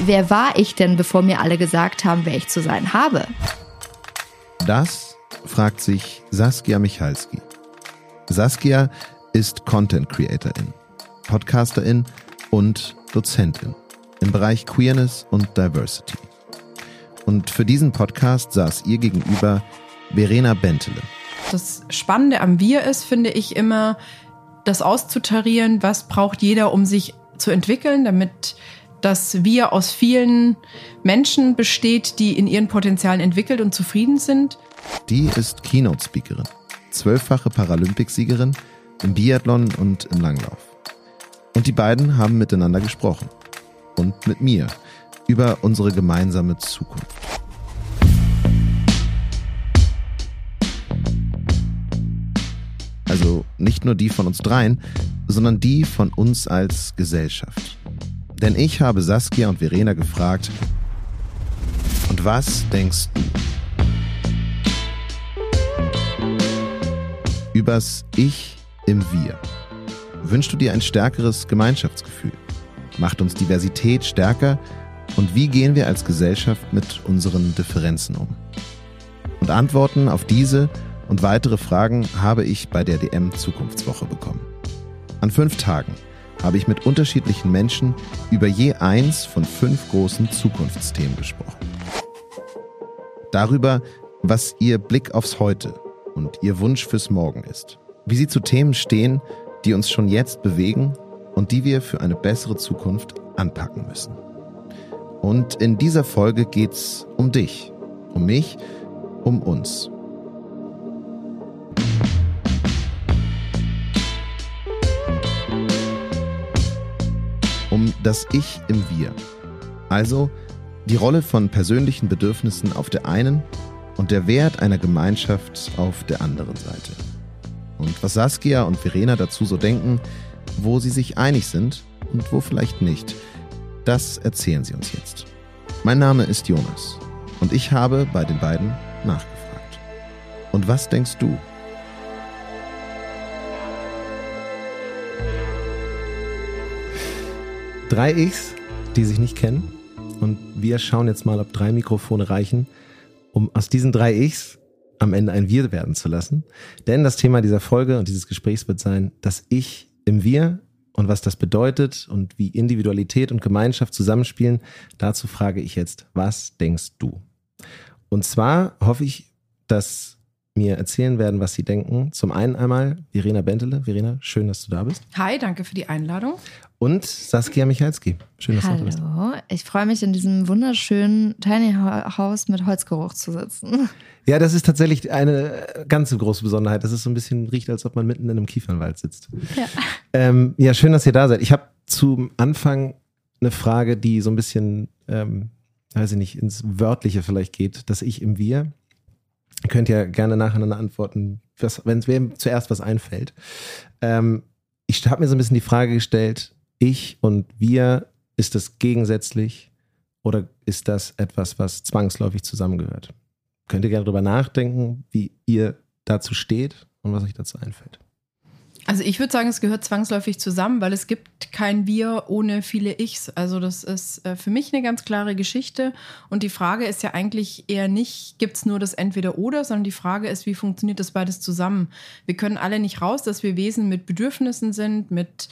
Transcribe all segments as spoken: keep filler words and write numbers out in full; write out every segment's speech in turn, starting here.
wer war ich denn, bevor mir alle gesagt haben, wer ich zu sein habe? Das fragt sich Saskia Michalski. Saskia ist Content Creatorin, Podcasterin und Dozentin im Bereich Queerness und Diversity. Und für diesen Podcast saß ihr gegenüber Verena Bentele. Das Spannende am Wir ist, finde ich, immer das auszutarieren, was braucht jeder, um sich zu entwickeln, damit das Wir aus vielen Menschen besteht, die in ihren Potenzialen entwickelt und zufrieden sind. Die ist Keynote-Speakerin, zwölffache Paralympicsiegerin im Biathlon und im Langlauf. Und die beiden haben miteinander gesprochen. Und mit mir über unsere gemeinsame Zukunft. Also nicht nur die von uns dreien, sondern die von uns als Gesellschaft. Denn ich habe Saskia und Verena gefragt, und was denkst du? Übers Ich im Wir. Wünschst du dir ein stärkeres Gemeinschaftsgefühl? Macht uns Diversität stärker? Und wie gehen wir als Gesellschaft mit unseren Differenzen um? Und Antworten auf diese und weitere Fragen habe ich bei der D M Zukunftswoche bekommen. An fünf Tagen habe ich mit unterschiedlichen Menschen über je eins von fünf großen Zukunftsthemen gesprochen. Darüber, was ihr Blick aufs Heute und ihr Wunsch fürs Morgen ist. Wie sie zu Themen stehen, die uns schon jetzt bewegen und die wir für eine bessere Zukunft anpacken müssen. Und in dieser Folge geht's um dich, um mich, um uns. Um das Ich im Wir. Also die Rolle von persönlichen Bedürfnissen auf der einen und der Wert einer Gemeinschaft auf der anderen Seite. Und was Saskia und Verena dazu so denken, wo sie sich einig sind und wo vielleicht nicht, das erzählen sie uns jetzt. Mein Name ist Jonas und ich habe bei den beiden nachgefragt. Und was denkst du? Drei Ichs, die sich nicht kennen. Und wir schauen jetzt mal, ob drei Mikrofone reichen, um aus diesen drei Ichs am Ende ein Wir werden zu lassen. Denn das Thema dieser Folge und dieses Gesprächs wird sein, das Ich im Wir und was das bedeutet und wie Individualität und Gemeinschaft zusammenspielen. Dazu frage ich jetzt, was denkst du? Und zwar hoffe ich, dass mir erzählen werden, was sie denken. Zum einen einmal Verena Bentele. Verena, schön, dass du da bist. Hi, danke für die Einladung. Und Saskia Michalski. Schön, dass Hallo. du da bist. Hallo, ich freue mich, in diesem wunderschönen Tiny House mit Holzgeruch zu sitzen. Ja, das ist tatsächlich eine ganz große Besonderheit. Das ist so ein bisschen, riecht, als ob man mitten in einem Kiefernwald sitzt. Ja, ähm, ja, schön, dass ihr da seid. Ich habe zum Anfang eine Frage, die so ein bisschen, ähm, weiß ich nicht, ins Wörtliche vielleicht geht. Das Ich im Wir. Ihr könnt ja gerne nacheinander antworten, wenn es wem zuerst was einfällt. Ähm, ich habe mir so ein bisschen die Frage gestellt, ich und wir, ist das gegensätzlich oder ist das etwas, was zwangsläufig zusammengehört? Könnt ihr gerne drüber nachdenken, wie ihr dazu steht und was euch dazu einfällt? Also ich würde sagen, es gehört zwangsläufig zusammen, weil es gibt kein Wir ohne viele Ichs. Also das ist äh, für mich eine ganz klare Geschichte. Und die Frage ist ja eigentlich eher nicht, gibt es nur das Entweder-Oder, sondern die Frage ist, wie funktioniert das beides zusammen? Wir können alle nicht raus, dass wir Wesen mit Bedürfnissen sind, mit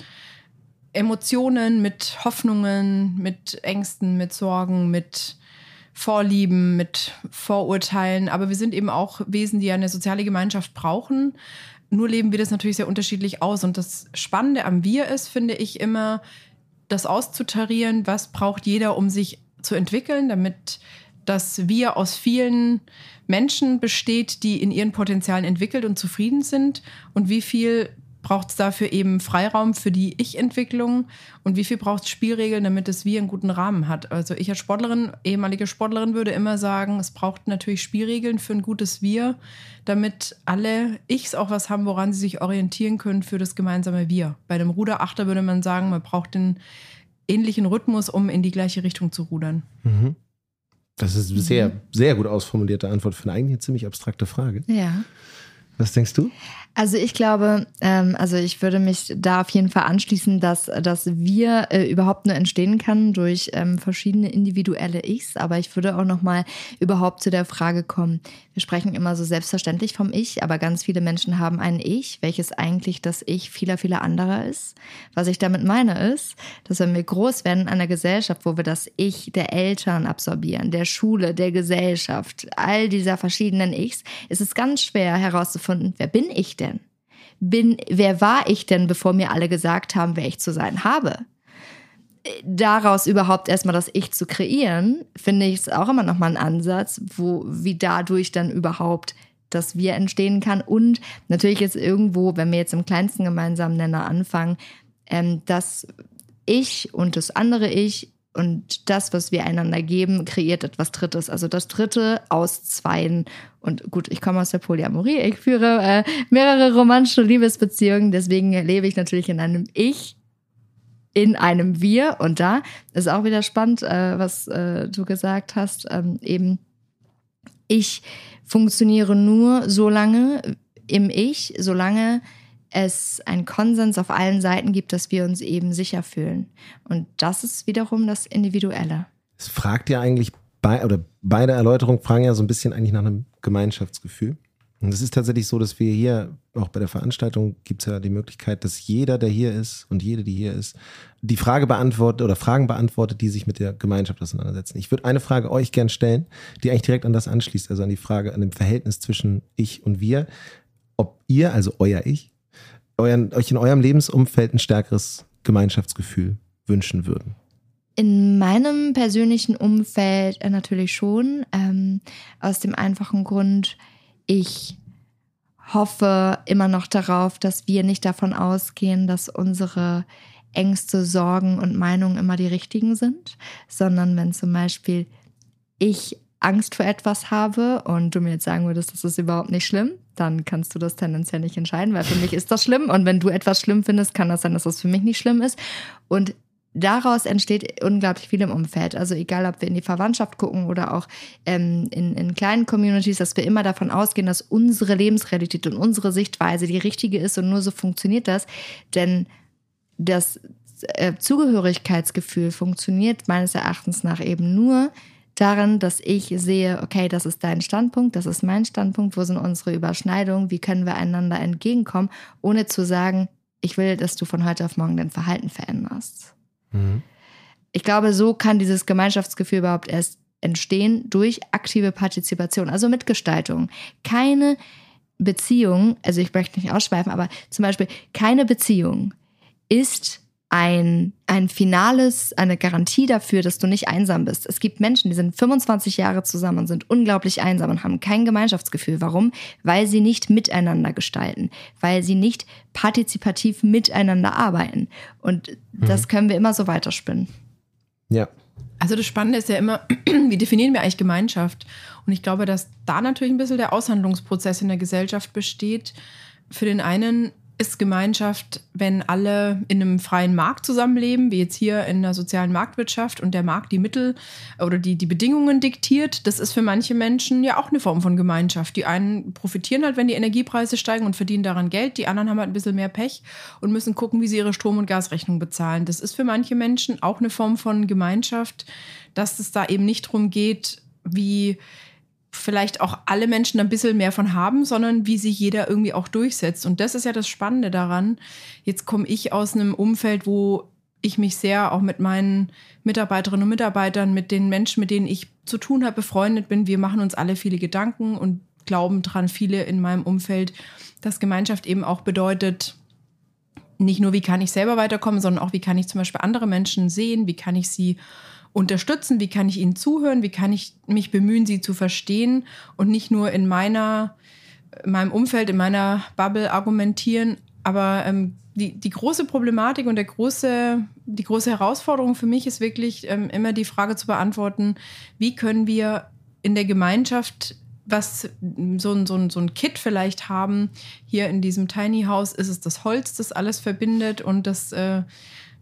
Emotionen, mit Hoffnungen, mit Ängsten, mit Sorgen, mit Vorlieben, mit Vorurteilen. Aber wir sind eben auch Wesen, die eine soziale Gemeinschaft brauchen. Nur leben wir das natürlich sehr unterschiedlich aus. Und das Spannende am Wir ist, finde ich, immer das auszutarieren, was braucht jeder, um sich zu entwickeln, damit das Wir aus vielen Menschen besteht, die in ihren Potenzialen entwickelt und zufrieden sind. Und wie viel braucht es dafür eben Freiraum für die Ich-Entwicklung und wie viel braucht es Spielregeln, damit das Wir einen guten Rahmen hat. Also ich als Sportlerin, ehemalige Sportlerin, würde immer sagen, es braucht natürlich Spielregeln für ein gutes Wir, damit alle Ichs auch was haben, woran sie sich orientieren können für das gemeinsame Wir. Bei einem Ruderachter würde man sagen, man braucht den ähnlichen Rhythmus, um in die gleiche Richtung zu rudern. Mhm. Das ist eine sehr, sehr gut ausformulierte Antwort für eine eigentlich ziemlich abstrakte Frage. Ja. Was denkst du? Also ich glaube, ähm, also ich würde mich da auf jeden Fall anschließen, dass, dass wir äh, überhaupt nur entstehen kann durch ähm, verschiedene individuelle Ichs. Aber ich würde auch nochmal überhaupt zu der Frage kommen, wir sprechen immer so selbstverständlich vom Ich, aber ganz viele Menschen haben ein Ich, welches eigentlich das Ich vieler, vieler anderer ist. Was ich damit meine ist, dass wenn wir groß werden in einer Gesellschaft, wo wir das Ich der Eltern absorbieren, der Schule, der Gesellschaft, all dieser verschiedenen Ichs, ist es ganz schwer herauszufinden, wer bin ich denn? Bin, wer war ich denn, bevor mir alle gesagt haben, wer ich zu sein habe? Daraus überhaupt erstmal das Ich zu kreieren, finde ich, ist auch immer nochmal ein Ansatz, wo, wie dadurch dann überhaupt das Wir entstehen kann. Und natürlich ist irgendwo, wenn wir jetzt im kleinsten gemeinsamen Nenner anfangen, ähm, das Ich und das andere Ich und das, was wir einander geben, kreiert etwas Drittes. Also das Dritte aus Zweien. Und gut, ich komme aus der Polyamorie. Ich führe äh, mehrere romantische Liebesbeziehungen. Deswegen lebe ich natürlich in einem Ich, in einem Wir. Und da ist auch wieder spannend, äh, was äh, du gesagt hast. Ähm, eben, ich funktioniere nur so lange im Ich, solange es einen Konsens auf allen Seiten gibt, dass wir uns eben sicher fühlen. Und das ist wiederum das Individuelle. Es fragt ja eigentlich, bei, oder beide Erläuterungen fragen ja so ein bisschen eigentlich nach einem Gemeinschaftsgefühl. Und es ist tatsächlich so, dass wir hier, auch bei der Veranstaltung gibt es ja die Möglichkeit, dass jeder, der hier ist und jede, die hier ist, die Frage beantwortet oder Fragen beantwortet, die sich mit der Gemeinschaft auseinandersetzen. Ich würde eine Frage euch gern stellen, die eigentlich direkt an das anschließt, also an die Frage, an dem Verhältnis zwischen Ich und Wir. Ob ihr, also euer Ich, euren, euch in eurem Lebensumfeld ein stärkeres Gemeinschaftsgefühl wünschen würden. In meinem persönlichen Umfeld äh, natürlich schon, ähm, aus dem einfachen Grund, ich hoffe immer noch darauf, dass wir nicht davon ausgehen, dass unsere Ängste, Sorgen und Meinungen immer die richtigen sind, sondern wenn zum Beispiel ich Angst vor etwas habe und du mir jetzt sagen würdest, das ist überhaupt nicht schlimm, dann kannst du das tendenziell nicht entscheiden, weil für mich ist das schlimm und wenn du etwas schlimm findest, kann das sein, dass das für mich nicht schlimm ist. Und daraus entsteht unglaublich viel im Umfeld. Also egal, ob wir in die Verwandtschaft gucken oder auch ähm, in, in kleinen Communities, dass wir immer davon ausgehen, dass unsere Lebensrealität und unsere Sichtweise die richtige ist und nur so funktioniert das. Denn das äh, Zugehörigkeitsgefühl funktioniert meines Erachtens nach eben nur darin, dass ich sehe, okay, das ist dein Standpunkt, das ist mein Standpunkt, wo sind unsere Überschneidungen, wie können wir einander entgegenkommen, ohne zu sagen, ich will, dass du von heute auf morgen dein Verhalten veränderst. Mhm. Ich glaube, so kann dieses Gemeinschaftsgefühl überhaupt erst entstehen durch aktive Partizipation, also Mitgestaltung. Keine Beziehung, also ich möchte nicht ausschweifen, aber zum Beispiel keine Beziehung ist ein, ein finales, eine Garantie dafür, dass du nicht einsam bist. Es gibt Menschen, die sind fünfundzwanzig Jahre zusammen und sind unglaublich einsam und haben kein Gemeinschaftsgefühl. Warum? Weil sie nicht miteinander gestalten, weil sie nicht partizipativ miteinander arbeiten. Und mhm. das können wir immer so weiterspinnen. Ja. Also das Spannende ist ja immer, wie definieren wir eigentlich Gemeinschaft? Und ich glaube, dass da natürlich ein bisschen der Aushandlungsprozess in der Gesellschaft besteht. Für den einen ist Gemeinschaft, wenn alle in einem freien Markt zusammenleben, wie jetzt hier in der sozialen Marktwirtschaft und der Markt die Mittel oder die, die Bedingungen diktiert. Das ist für manche Menschen ja auch eine Form von Gemeinschaft. Die einen profitieren halt, wenn die Energiepreise steigen und verdienen daran Geld. Die anderen haben halt ein bisschen mehr Pech und müssen gucken, wie sie ihre Strom- und Gasrechnung bezahlen. Das ist für manche Menschen auch eine Form von Gemeinschaft, dass es da eben nicht darum geht, wie vielleicht auch alle Menschen ein bisschen mehr von haben, sondern wie sich jeder irgendwie auch durchsetzt. Und das ist ja das Spannende daran. Jetzt komme ich aus einem Umfeld, wo ich mich sehr auch mit meinen Mitarbeiterinnen und Mitarbeitern, mit den Menschen, mit denen ich zu tun habe, befreundet bin. Wir machen uns alle viele Gedanken und glauben dran, viele in meinem Umfeld, dass Gemeinschaft eben auch bedeutet, nicht nur, wie kann ich selber weiterkommen, sondern auch, wie kann ich zum Beispiel andere Menschen sehen, wie kann ich sie unterstützen, wie kann ich ihnen zuhören, wie kann ich mich bemühen, sie zu verstehen und nicht nur in meiner, in meinem Umfeld, in meiner Bubble argumentieren. Aber ähm, die, die große Problematik und der große, die große Herausforderung für mich ist wirklich ähm, immer die Frage zu beantworten, wie können wir in der Gemeinschaft was so ein, so ein, so ein Kit vielleicht haben. Hier in diesem Tiny House ist es das Holz, das alles verbindet und das äh,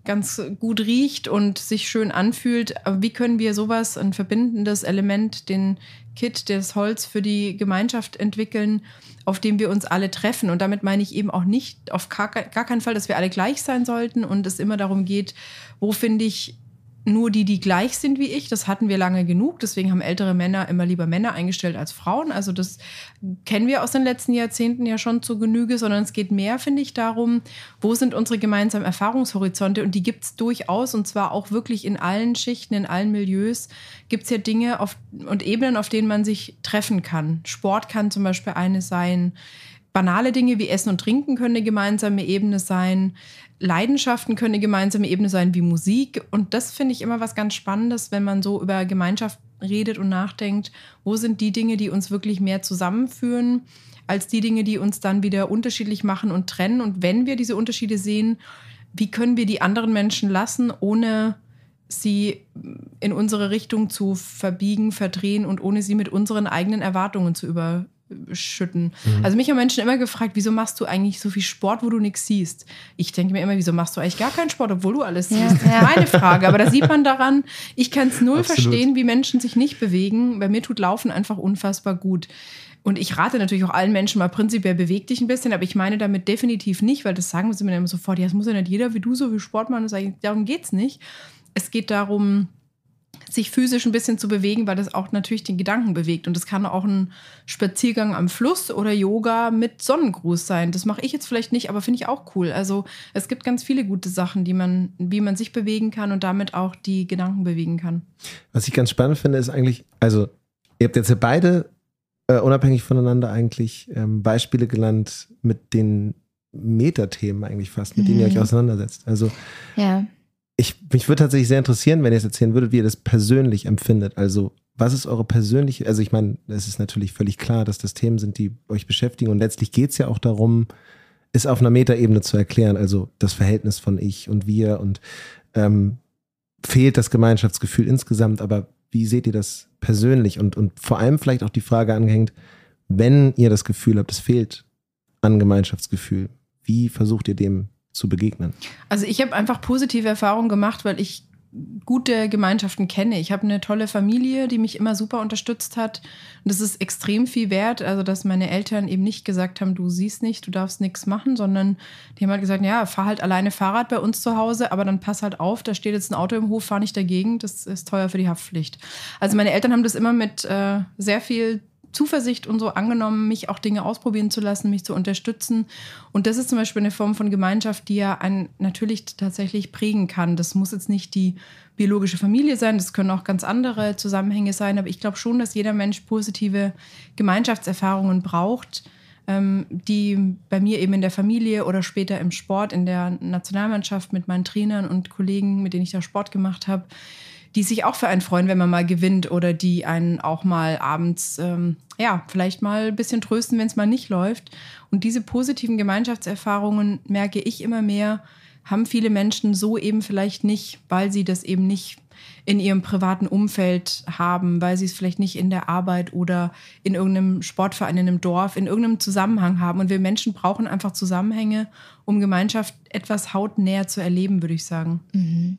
ganz gut riecht und sich schön anfühlt. Aber wie können wir sowas, ein verbindendes Element, den Kit, das Holz für die Gemeinschaft entwickeln, auf dem wir uns alle treffen? Und damit meine ich eben auch nicht auf gar, gar keinen Fall, dass wir alle gleich sein sollten und es immer darum geht, wo finde ich nur die, die gleich sind wie ich. Das hatten wir lange genug. Deswegen haben ältere Männer immer lieber Männer eingestellt als Frauen. Also das kennen wir aus den letzten Jahrzehnten ja schon zur Genüge, sondern es geht mehr, finde ich, darum, wo sind unsere gemeinsamen Erfahrungshorizonte? Und die gibt es durchaus, und zwar auch wirklich in allen Schichten, in allen Milieus gibt es ja Dinge auf, und Ebenen, auf denen man sich treffen kann. Sport kann zum Beispiel eine sein. Banale Dinge wie Essen und Trinken können eine gemeinsame Ebene sein. Leidenschaften können eine gemeinsame Ebene sein wie Musik. Und das finde ich immer was ganz Spannendes, wenn man so über Gemeinschaft redet und nachdenkt, wo sind die Dinge, die uns wirklich mehr zusammenführen, als die Dinge, die uns dann wieder unterschiedlich machen und trennen. Und wenn wir diese Unterschiede sehen, wie können wir die anderen Menschen lassen, ohne sie in unsere Richtung zu verbiegen, verdrehen und ohne sie mit unseren eigenen Erwartungen zu über schütten. Mhm. Also mich haben Menschen immer gefragt, wieso machst du eigentlich so viel Sport, wo du nichts siehst? Ich denke mir immer, wieso machst du eigentlich gar keinen Sport, obwohl du alles siehst? Ja, das ist ja meine Frage. Aber da sieht man daran, ich kann es null Absolut. verstehen, wie Menschen sich nicht bewegen. Bei mir tut Laufen einfach unfassbar gut. Und ich rate natürlich auch allen Menschen mal prinzipiell, beweg dich ein bisschen, aber ich meine damit definitiv nicht, weil das sagen sie mir immer sofort, ja, das muss ja nicht jeder wie du so viel Sport machen. Das ich, darum geht es nicht. Es geht darum, sich physisch ein bisschen zu bewegen, weil das auch natürlich den Gedanken bewegt. Und das kann auch ein Spaziergang am Fluss oder Yoga mit Sonnengruß sein. Das mache ich jetzt vielleicht nicht, aber finde ich auch cool. Also es gibt ganz viele gute Sachen, die man, wie man sich bewegen kann und damit auch die Gedanken bewegen kann. Was ich ganz spannend finde, ist eigentlich, also ihr habt jetzt ja beide äh, unabhängig voneinander eigentlich ähm, Beispiele genannt mit den Metathemen eigentlich fast, mit mhm. denen ihr euch auseinandersetzt. Also ja. Ich, mich würde tatsächlich sehr interessieren, wenn ihr es erzählen würdet, wie ihr das persönlich empfindet. Also, was ist eure persönliche, also ich meine, es ist natürlich völlig klar, dass das Themen sind, die euch beschäftigen und letztlich geht es ja auch darum, es auf einer Metaebene zu erklären, also das Verhältnis von ich und wir und ähm, fehlt das Gemeinschaftsgefühl insgesamt, aber wie seht ihr das persönlich und, und vor allem vielleicht auch die Frage angehängt, wenn ihr das Gefühl habt, es fehlt an Gemeinschaftsgefühl, wie versucht ihr dem zu begegnen? Also ich habe einfach positive Erfahrungen gemacht, weil ich gute Gemeinschaften kenne. Ich habe eine tolle Familie, die mich immer super unterstützt hat. Und das ist extrem viel wert. Also dass meine Eltern eben nicht gesagt haben, du siehst nicht, du darfst nichts machen, sondern die haben halt gesagt, ja, fahr halt alleine Fahrrad bei uns zu Hause, aber dann pass halt auf, da steht jetzt ein Auto im Hof, fahr nicht dagegen, das ist teuer für die Haftpflicht. Also meine Eltern haben das immer mit äh, sehr viel Zuversicht und so angenommen, mich auch Dinge ausprobieren zu lassen, mich zu unterstützen. Und das ist zum Beispiel eine Form von Gemeinschaft, die ja einen natürlich tatsächlich prägen kann. Das muss jetzt nicht die biologische Familie sein, das können auch ganz andere Zusammenhänge sein, aber ich glaube schon, dass jeder Mensch positive Gemeinschaftserfahrungen braucht, ähm, die bei mir eben in der Familie oder später im Sport, in der Nationalmannschaft mit meinen Trainern und Kollegen, mit denen ich da Sport gemacht habe, die sich auch für einen freuen, wenn man mal gewinnt oder die einen auch mal abends, ähm, ja, vielleicht mal ein bisschen trösten, wenn es mal nicht läuft. Und diese positiven Gemeinschaftserfahrungen, merke ich immer mehr, haben viele Menschen so eben vielleicht nicht, weil sie das eben nicht in ihrem privaten Umfeld haben, weil sie es vielleicht nicht in der Arbeit oder in irgendeinem Sportverein, in einem Dorf, in irgendeinem Zusammenhang haben. Und wir Menschen brauchen einfach Zusammenhänge, um Gemeinschaft etwas hautnäher zu erleben, würde ich sagen. Mhm.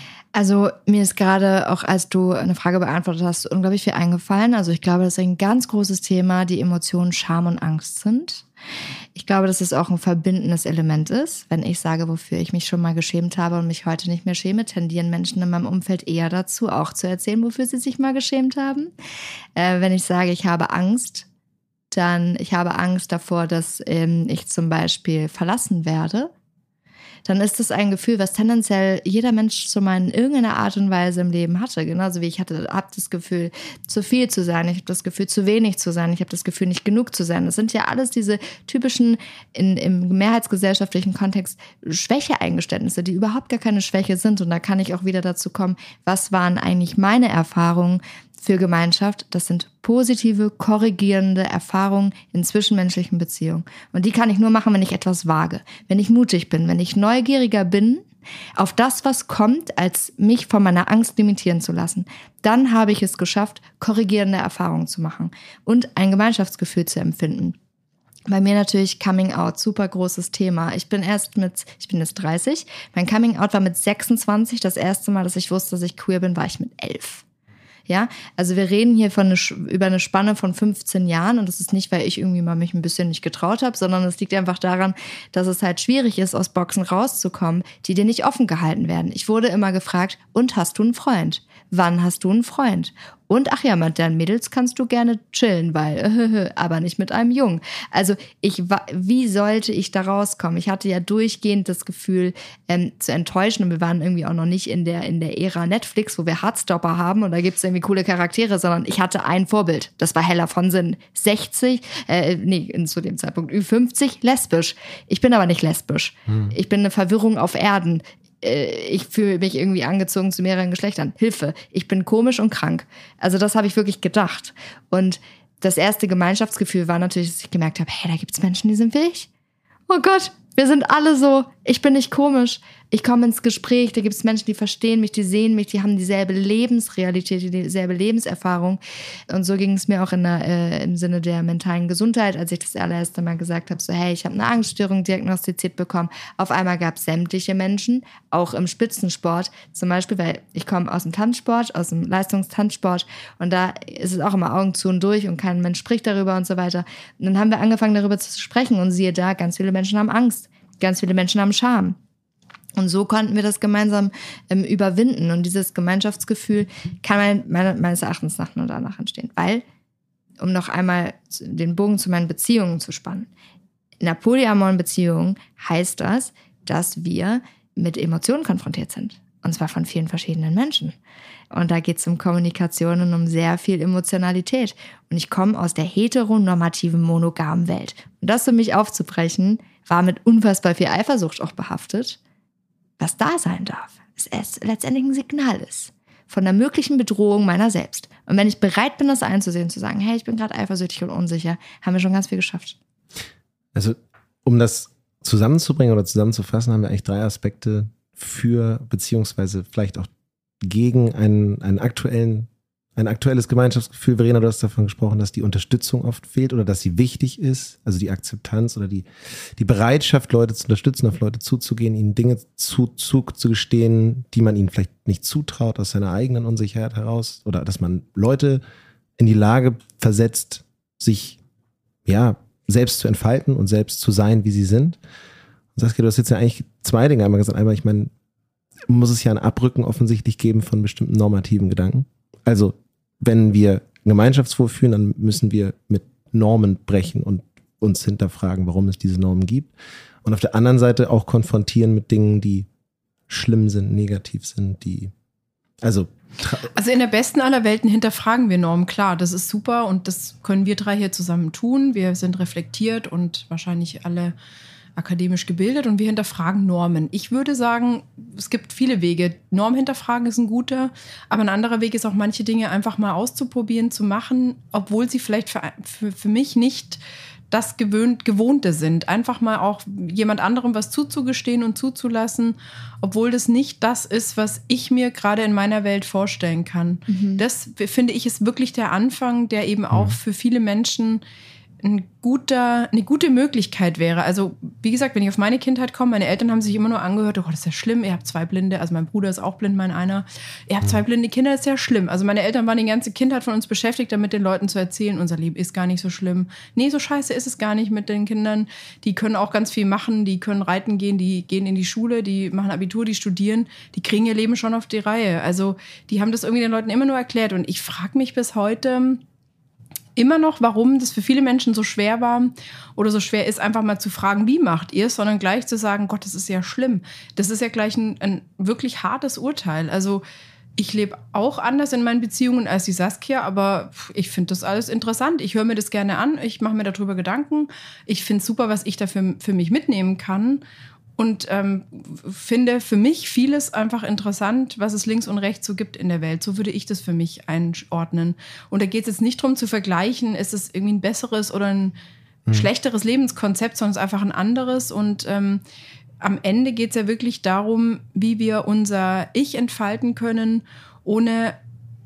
Also mir ist gerade auch, als du eine Frage beantwortet hast, unglaublich viel eingefallen. Also ich glaube, dass ein ganz großes Thema die Emotionen Scham und Angst sind. Ich glaube, dass es auch ein verbindendes Element ist. Wenn ich sage, wofür ich mich schon mal geschämt habe und mich heute nicht mehr schäme, tendieren Menschen in meinem Umfeld eher dazu, auch zu erzählen, wofür sie sich mal geschämt haben. Äh, wenn ich sage, ich habe Angst, dann ich habe Angst davor, dass ähm, ich zum Beispiel verlassen werde, dann ist das ein Gefühl, was tendenziell jeder Mensch schon mal in irgendeiner Art und Weise im Leben hatte. Genauso wie ich hatte, habe das Gefühl, zu viel zu sein. Ich habe das Gefühl, zu wenig zu sein. Ich habe das Gefühl, nicht genug zu sein. Das sind ja alles diese typischen, in, im mehrheitsgesellschaftlichen Kontext, Schwächeeingeständnisse, die überhaupt gar keine Schwäche sind. Und da kann ich auch wieder dazu kommen, was waren eigentlich meine Erfahrungen für Gemeinschaft? Das sind positive, korrigierende Erfahrungen in zwischenmenschlichen Beziehungen. Und die kann ich nur machen, wenn ich etwas wage, wenn ich mutig bin, wenn ich neugieriger bin auf das, was kommt, als mich von meiner Angst limitieren zu lassen. Dann habe ich es geschafft, korrigierende Erfahrungen zu machen und ein Gemeinschaftsgefühl zu empfinden. Bei mir natürlich Coming Out, super großes Thema. Ich bin erst mit, ich bin jetzt dreißig. Mein Coming Out war mit sechsundzwanzig. Das erste Mal, dass ich wusste, dass ich queer bin, war ich mit elf. Ja, also wir reden hier von eine, über eine Spanne von fünfzehn Jahren und das ist nicht, weil ich irgendwie mal mich ein bisschen nicht getraut habe, sondern es liegt einfach daran, dass es halt schwierig ist, aus Boxen rauszukommen, die dir nicht offen gehalten werden. Ich wurde immer gefragt, und hast du einen Freund? Wann hast du einen Freund? Und ach ja, mit deinen Mädels kannst du gerne chillen, weil, aber nicht mit einem Jungen. Also ich, wie sollte ich da rauskommen? Ich hatte ja durchgehend das Gefühl, ähm, zu enttäuschen und wir waren irgendwie auch noch nicht in der, in der Ära Netflix, wo wir Heartstopper haben und da gibt's irgendwie coole Charaktere, sondern ich hatte ein Vorbild. Das war Hella von Sinn. sechzig, äh, nee, zu dem Zeitpunkt Ü fünfzig, lesbisch. Ich bin aber nicht lesbisch. Hm. Ich bin eine Verwirrung auf Erden. Ich fühle mich irgendwie angezogen zu mehreren Geschlechtern. Hilfe, ich bin komisch und krank. Also das habe ich wirklich gedacht. Und das erste Gemeinschaftsgefühl war natürlich, dass ich gemerkt habe, hey, da gibt es Menschen, die sind wie ich. Oh Gott, wir sind alle so. Ich bin nicht komisch. Ich komme ins Gespräch, da gibt es Menschen, die verstehen mich, die sehen mich, die haben dieselbe Lebensrealität, dieselbe Lebenserfahrung. Und so ging es mir auch in der, äh, im Sinne der mentalen Gesundheit, als ich das allererste Mal gesagt habe, so hey, ich habe eine Angststörung diagnostiziert bekommen. Auf einmal gab es sämtliche Menschen, auch im Spitzensport, zum Beispiel, weil ich komme aus dem Tanzsport, aus dem Leistungstanzsport und da ist es auch immer Augen zu und durch und kein Mensch spricht darüber und so weiter. Und dann haben wir angefangen, darüber zu sprechen und siehe da, ganz viele Menschen haben Angst, ganz viele Menschen haben Scham. Und so konnten wir das gemeinsam ähm, überwinden. Und dieses Gemeinschaftsgefühl kann mein, meine, meines Erachtens nach nur danach entstehen. Weil, um noch einmal den Bogen zu meinen Beziehungen zu spannen, in einer polyamoren Beziehung heißt das, dass wir mit Emotionen konfrontiert sind. Und zwar von vielen verschiedenen Menschen. Und da geht es um Kommunikation und um sehr viel Emotionalität. Und ich komme aus der heteronormativen, monogamen Welt. Und das für mich aufzubrechen, war mit unfassbar viel Eifersucht auch behaftet. Was da sein darf, ist es letztendlich ein Signal ist von der möglichen Bedrohung meiner selbst. Und wenn ich bereit bin, das einzusehen, zu sagen, hey, ich bin gerade eifersüchtig und unsicher, haben wir schon ganz viel geschafft. Also, um das zusammenzubringen oder zusammenzufassen, haben wir eigentlich drei Aspekte für, beziehungsweise vielleicht auch gegen einen, einen aktuellen, ein aktuelles Gemeinschaftsgefühl. Verena, du hast davon gesprochen, dass die Unterstützung oft fehlt oder dass sie wichtig ist, also die Akzeptanz oder die, die Bereitschaft, Leute zu unterstützen, auf Leute zuzugehen, ihnen Dinge zu, zu, zu gestehen, die man ihnen vielleicht nicht zutraut aus seiner eigenen Unsicherheit heraus oder dass man Leute in die Lage versetzt, sich ja selbst zu entfalten und selbst zu sein, wie sie sind. Und Saskia, du hast jetzt ja eigentlich zwei Dinge einmal gesagt. Einmal, ich meine, muss es ja ein Abrücken offensichtlich geben von bestimmten normativen Gedanken. Also wenn wir Gemeinschaftswohl führen, dann müssen wir mit Normen brechen und uns hinterfragen, warum es diese Normen gibt. Und auf der anderen Seite auch konfrontieren mit Dingen, die schlimm sind, negativ sind, die, also Also in der besten aller Welten hinterfragen wir Normen, klar, das ist super und das können wir drei hier zusammen tun. Wir sind reflektiert und wahrscheinlich alle akademisch gebildet und wir hinterfragen Normen. Ich würde sagen, es gibt viele Wege. Norm hinterfragen ist ein guter, aber ein anderer Weg ist auch, manche Dinge einfach mal auszuprobieren, zu machen, obwohl sie vielleicht für, für, für mich nicht das gewöhnt, Gewohnte sind. Einfach mal auch jemand anderem was zuzugestehen und zuzulassen, obwohl das nicht das ist, was ich mir gerade in meiner Welt vorstellen kann. Mhm. Das, finde ich, ist wirklich der Anfang, der eben auch mhm. für viele Menschen ein guter, eine gute Möglichkeit wäre. Also wie gesagt, wenn ich auf meine Kindheit komme, meine Eltern haben sich immer nur angehört, oh, das ist ja schlimm, ihr habt zwei Blinde, also mein Bruder ist auch blind, mein einer, ihr habt zwei blinde Kinder, das ist ja schlimm. Also meine Eltern waren die ganze Kindheit von uns beschäftigt, damit den Leuten zu erzählen, unser Leben ist gar nicht so schlimm. Nee, so scheiße ist es gar nicht mit den Kindern. Die können auch ganz viel machen, die können reiten gehen, die gehen in die Schule, die machen Abitur, die studieren, die kriegen ihr Leben schon auf die Reihe. Also die haben das irgendwie den Leuten immer nur erklärt und ich frage mich bis heute immer noch, warum das für viele Menschen so schwer war oder so schwer ist, einfach mal zu fragen, wie macht ihr es, sondern gleich zu sagen, Gott, das ist ja schlimm. Das ist ja gleich ein, ein wirklich hartes Urteil. Also ich lebe auch anders in meinen Beziehungen als die Saskia, aber ich finde das alles interessant. Ich höre mir das gerne an, ich mache mir darüber Gedanken. Ich finde es super, was ich dafür für mich mitnehmen kann. Und ähm, finde für mich vieles einfach interessant, was es links und rechts so gibt in der Welt. So würde ich das für mich einordnen. Und da geht es jetzt nicht darum zu vergleichen, ist es irgendwie ein besseres oder ein mhm. schlechteres Lebenskonzept, sondern es ist einfach ein anderes. Und ähm, am Ende geht es ja wirklich darum, wie wir unser Ich entfalten können, ohne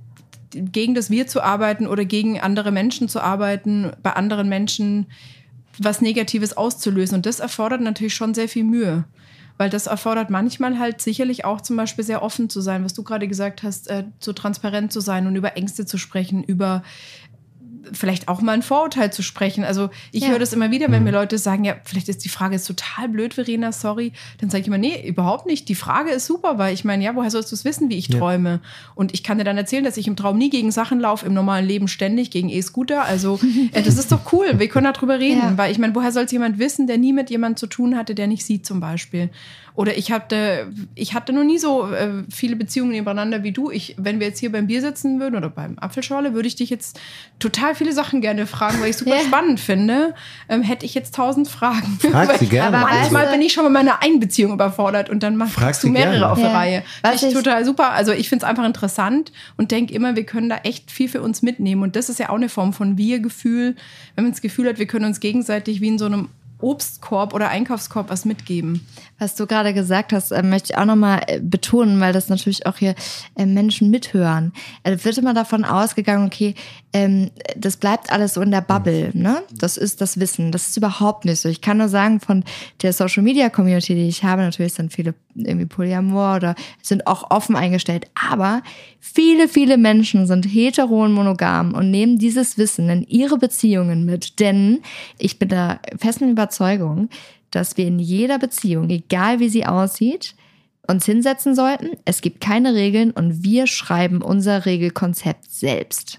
gegen das Wir zu arbeiten oder gegen andere Menschen zu arbeiten, bei anderen Menschen was Negatives auszulösen. Und das erfordert natürlich schon sehr viel Mühe. Weil das erfordert manchmal halt sicherlich auch zum Beispiel sehr offen zu sein, was du gerade gesagt hast, äh, so transparent zu sein und über Ängste zu sprechen, über vielleicht auch mal ein Vorurteil zu sprechen. Also ich ja. höre das immer wieder, wenn mir Leute sagen, ja, vielleicht ist die Frage jetzt total blöd, Verena, sorry. Dann sage ich immer, nee, überhaupt nicht. Die Frage ist super, weil ich meine, ja, woher sollst du es wissen, wie ich ja. träume? Und ich kann dir dann erzählen, dass ich im Traum nie gegen Sachen laufe, im normalen Leben ständig gegen E-Scooter. Also äh, das ist doch cool, wir können darüber reden. Ja. Weil ich meine, woher soll es jemand wissen, der nie mit jemandem zu tun hatte, der nicht sieht zum Beispiel? Oder ich hatte, ich hatte noch nie so äh, viele Beziehungen nebeneinander wie du. Ich, wenn wir jetzt hier beim Bier sitzen würden oder beim Apfelschorle, würde ich dich jetzt total viele Sachen gerne fragen, weil ich es super yeah. spannend finde. Ähm, hätte ich jetzt tausend Fragen. Frag sie gerne. Aber manchmal bin ich schon mit meiner einen Beziehung überfordert und dann machst du mehrere gerne. auf der ja. Reihe. Finde ich total super. Also ich finde es einfach interessant und denke immer, wir können da echt viel für uns mitnehmen. Und das ist ja auch eine Form von Wir-Gefühl. Wenn man das Gefühl hat, wir können uns gegenseitig wie in so einem Obstkorb oder Einkaufskorb was mitgeben. Was du gerade gesagt hast, äh, möchte ich auch nochmal äh, betonen, weil das natürlich auch hier äh, Menschen mithören. Es äh, wird immer davon ausgegangen, okay, ähm, das bleibt alles so in der Bubble, ne? Das ist das Wissen. Das ist überhaupt nicht so. Ich kann nur sagen, von der Social-Media-Community, die ich habe, natürlich sind viele irgendwie Polyamor oder sind auch offen eingestellt, aber viele, viele Menschen sind hetero und monogam und nehmen dieses Wissen in ihre Beziehungen mit, denn ich bin der festen Überzeugung, dass wir in jeder Beziehung, egal wie sie aussieht, uns hinsetzen sollten. Es gibt keine Regeln und wir schreiben unser Regelkonzept selbst.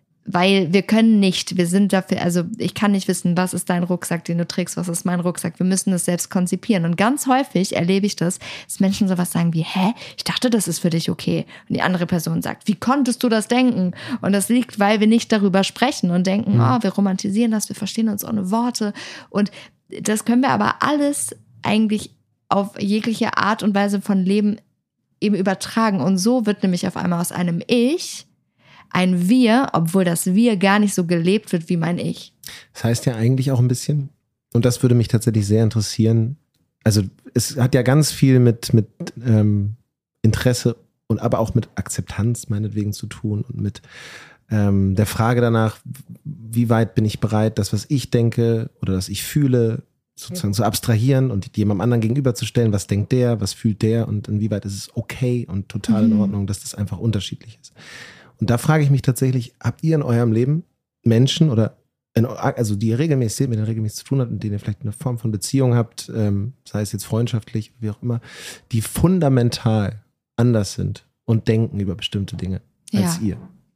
Weil wir können nicht, wir sind dafür, also ich kann nicht wissen, was ist dein Rucksack, den du trägst, was ist mein Rucksack. Wir müssen das selbst konzipieren. Und ganz häufig erlebe ich das, dass Menschen sowas sagen wie, hä, ich dachte, das ist für dich okay. Und die andere Person sagt, wie konntest du das denken? Und das liegt, weil wir nicht darüber sprechen und denken, mhm. oh, wir romantisieren das, wir verstehen uns ohne Worte. Und das können wir aber alles eigentlich auf jegliche Art und Weise von Leben eben übertragen. Und so wird nämlich auf einmal aus einem Ich ein Wir, obwohl das Wir gar nicht so gelebt wird wie mein Ich. Das heißt ja eigentlich auch ein bisschen, und das würde mich tatsächlich sehr interessieren, also es hat ja ganz viel mit, mit ähm, Interesse und aber auch mit Akzeptanz meinetwegen zu tun und mit ähm, der Frage danach, wie weit bin ich bereit, das, was ich denke oder das ich fühle, sozusagen zu abstrahieren und jemandem anderen gegenüberzustellen, was denkt der, was fühlt der und inwieweit ist es okay und total in Ordnung, dass das einfach unterschiedlich ist. Und da frage ich mich tatsächlich, habt ihr in eurem Leben Menschen oder in, also die ihr regelmäßig seht, mit denen ihr regelmäßig zu tun habt, in denen ihr vielleicht eine Form von Beziehung habt, ähm, sei es jetzt freundschaftlich, wie auch immer, die fundamental anders sind und denken über bestimmte Dinge als ja. ihr?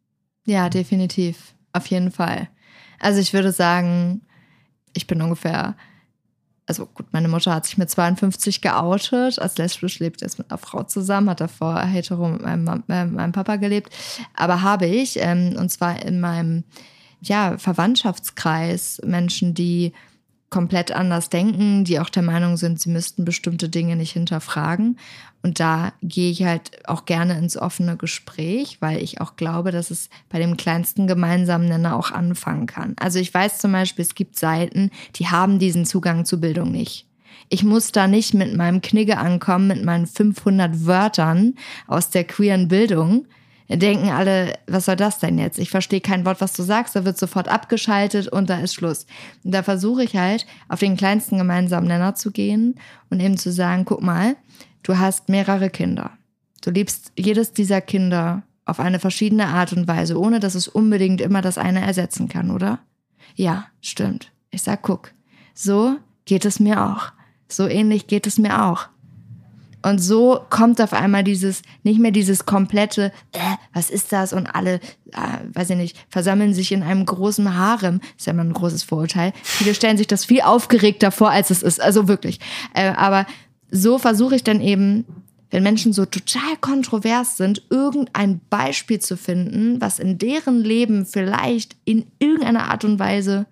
Ja, definitiv. Auf jeden Fall. Also ich würde sagen, ich bin ungefähr, also gut, meine Mutter hat sich mit zweiundfünfzig geoutet, als lesbisch, lebt jetzt mit einer Frau zusammen, hat davor hetero mit meinem, äh, meinem Papa gelebt, aber habe ich, ähm, und zwar in meinem ja, Verwandtschaftskreis, Menschen, die komplett anders denken, die auch der Meinung sind, sie müssten bestimmte Dinge nicht hinterfragen. Und da gehe ich halt auch gerne ins offene Gespräch, weil ich auch glaube, dass es bei dem kleinsten gemeinsamen Nenner auch anfangen kann. Also ich weiß zum Beispiel, es gibt Seiten, die haben diesen Zugang zu Bildung nicht. Ich muss da nicht mit meinem Knigge ankommen, mit meinen fünfhundert Wörtern aus der queeren Bildung. Denken alle, was soll das denn jetzt? Ich verstehe kein Wort, was du sagst, da wird sofort abgeschaltet und da ist Schluss. Und da versuche ich halt, auf den kleinsten gemeinsamen Nenner zu gehen und eben zu sagen, guck mal, du hast mehrere Kinder. Du liebst jedes dieser Kinder auf eine verschiedene Art und Weise, ohne dass es unbedingt immer das eine ersetzen kann, oder? Ja, stimmt. Ich sag, guck, so geht es mir auch. So ähnlich geht es mir auch. Und so kommt auf einmal dieses, nicht mehr dieses komplette, äh, was ist das? Und alle, äh, weiß ich nicht, versammeln sich in einem großen Harem. Ist ja immer ein großes Vorurteil. Viele stellen sich das viel aufgeregter vor, als es ist. Also wirklich. Äh, aber so versuche ich dann eben, wenn Menschen so total kontrovers sind, irgendein Beispiel zu finden, was in deren Leben vielleicht in irgendeiner Art und Weise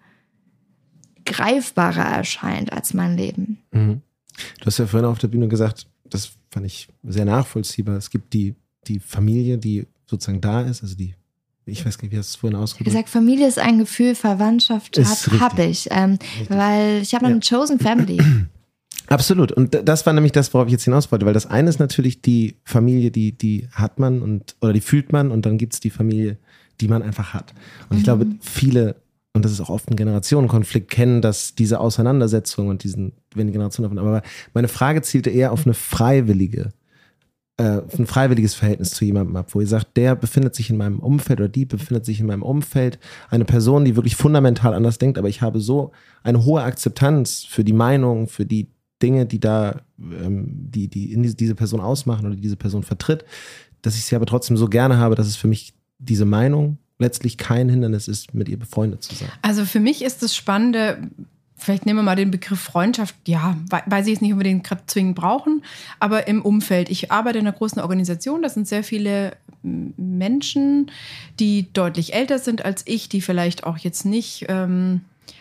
greifbarer erscheint als mein Leben. Mhm. Du hast ja vorhin auf der Bühne gesagt, das fand ich sehr nachvollziehbar. Es gibt die, die Familie, die sozusagen da ist, also die, ich weiß gar nicht, wie hast du es vorhin ausgedrückt? Ich gesagt, Familie ist ein Gefühl, Verwandtschaft habe hab ich, ähm, weil ich habe eine ja. Chosen Family. Absolut. Und das war nämlich das, worauf ich jetzt hinaus wollte, weil das eine ist natürlich die Familie, die, die hat man und oder die fühlt man und dann gibt es die Familie, die man einfach hat. Und mhm. ich glaube, viele und das ist auch oft ein Generationenkonflikt, kennen das, diese Auseinandersetzung und diesen, wenn die Generation davon, aber meine Frage zielte eher auf eine freiwillige, äh, ein freiwilliges Verhältnis zu jemandem ab, wo ihr sagt, der befindet sich in meinem Umfeld oder die befindet sich in meinem Umfeld, eine Person, die wirklich fundamental anders denkt, aber ich habe so eine hohe Akzeptanz für die Meinung, für die Dinge, die da, ähm, die, die in diese, diese Person ausmachen oder die diese Person vertritt, dass ich sie aber trotzdem so gerne habe, dass es für mich diese Meinung letztlich kein Hindernis ist, mit ihr befreundet zu sein. Also für mich ist das Spannende, vielleicht nehmen wir mal den Begriff Freundschaft, ja, weil sie es nicht unbedingt gerade zwingend brauchen, aber im Umfeld. Ich arbeite in einer großen Organisation, da sind sehr viele Menschen, die deutlich älter sind als ich, die vielleicht auch jetzt nicht, ähm,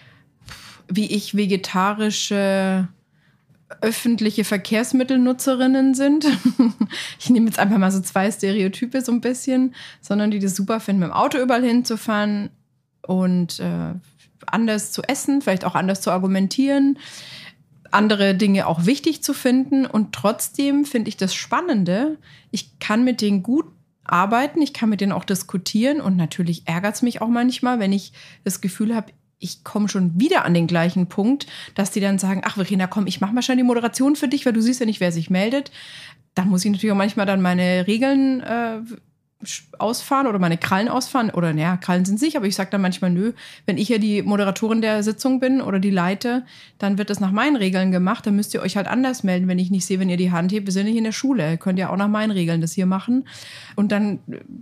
wie ich, vegetarische öffentliche Verkehrsmittelnutzerinnen sind. Ich nehme jetzt einfach mal so zwei Stereotype so ein bisschen, sondern die das super finden, mit dem Auto überall hinzufahren und äh, anders zu essen, vielleicht auch anders zu argumentieren, andere Dinge auch wichtig zu finden. Und trotzdem finde ich das Spannende, ich kann mit denen gut arbeiten, ich kann mit denen auch diskutieren und natürlich ärgert es mich auch manchmal, wenn ich das Gefühl habe, ich komme schon wieder an den gleichen Punkt, dass die dann sagen, ach Verena, komm, ich mache mal schon die Moderation für dich, weil du siehst ja nicht, wer sich meldet. Da muss ich natürlich auch manchmal dann meine Regeln äh, ausfahren oder meine Krallen ausfahren. Oder naja, Krallen sind sich, aber ich sage dann manchmal, nö, wenn ich ja die Moderatorin der Sitzung bin oder die leite, dann wird das nach meinen Regeln gemacht. Dann müsst ihr euch halt anders melden, wenn ich nicht sehe, wenn ihr die Hand hebt. Wir sind nicht in der Schule, ihr könnt ja auch nach meinen Regeln das hier machen. Und dann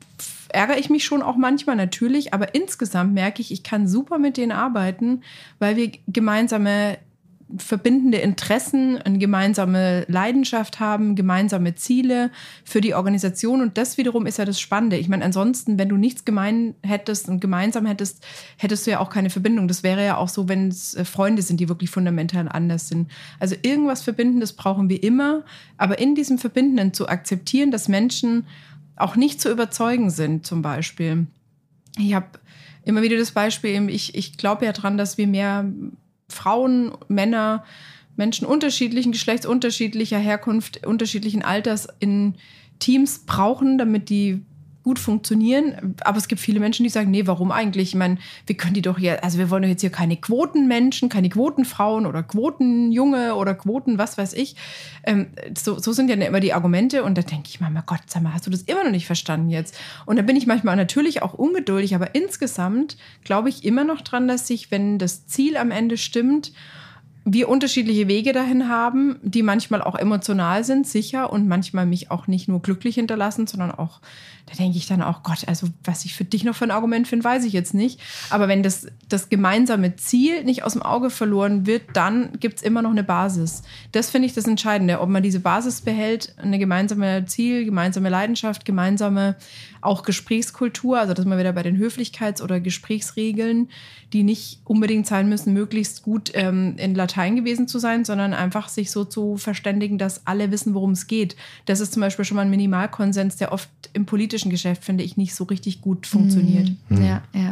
ärgere ich mich schon auch manchmal natürlich, aber insgesamt merke ich, ich kann super mit denen arbeiten, weil wir gemeinsame verbindende Interessen, eine gemeinsame Leidenschaft haben, gemeinsame Ziele für die Organisation und das wiederum ist ja das Spannende. Ich meine, ansonsten, wenn du nichts gemein hättest und gemeinsam hättest, hättest du ja auch keine Verbindung. Das wäre ja auch so, wenn es Freunde sind, die wirklich fundamental anders sind. Also irgendwas Verbindendes brauchen wir immer, aber in diesem Verbindenden zu akzeptieren, dass Menschen auch nicht zu überzeugen sind, zum Beispiel. Ich habe immer wieder das Beispiel, ich, ich glaube ja dran, dass wir mehr Frauen, Männer, Menschen unterschiedlichen Geschlechts, unterschiedlicher Herkunft, unterschiedlichen Alters in Teams brauchen, damit die gut funktionieren. Aber es gibt viele Menschen, die sagen, nee, warum eigentlich? Ich meine, wir können die doch hier, also wir wollen doch jetzt hier keine Quotenmenschen, keine Quotenfrauen oder Quotenjunge oder Quoten, was weiß ich. Ähm, so, so sind ja immer die Argumente und da denke ich manchmal, Gott, sag mal, hast du das immer noch nicht verstanden jetzt? Und da bin ich manchmal natürlich auch ungeduldig, aber insgesamt glaube ich immer noch dran, dass sich, wenn das Ziel am Ende stimmt, wir unterschiedliche Wege dahin haben, die manchmal auch emotional sind, sicher, und manchmal mich auch nicht nur glücklich hinterlassen, sondern auch, da denke ich dann auch, Gott, also was ich für dich noch für ein Argument finde, weiß ich jetzt nicht. Aber wenn das, das gemeinsame Ziel nicht aus dem Auge verloren wird, dann gibt es immer noch eine Basis. Das finde ich das Entscheidende, ob man diese Basis behält, eine gemeinsame Ziel, gemeinsame Leidenschaft, gemeinsame auch Gesprächskultur, also dass man wieder bei den Höflichkeits- oder Gesprächsregeln, die nicht unbedingt sein müssen, möglichst gut ähm, in Latein gewesen zu sein, sondern einfach sich so zu verständigen, dass alle wissen, worum es geht. Das ist zum Beispiel schon mal ein Minimalkonsens, der oft im politischen Geschäft, finde ich, nicht so richtig gut funktioniert. Mhm. Ja, ja.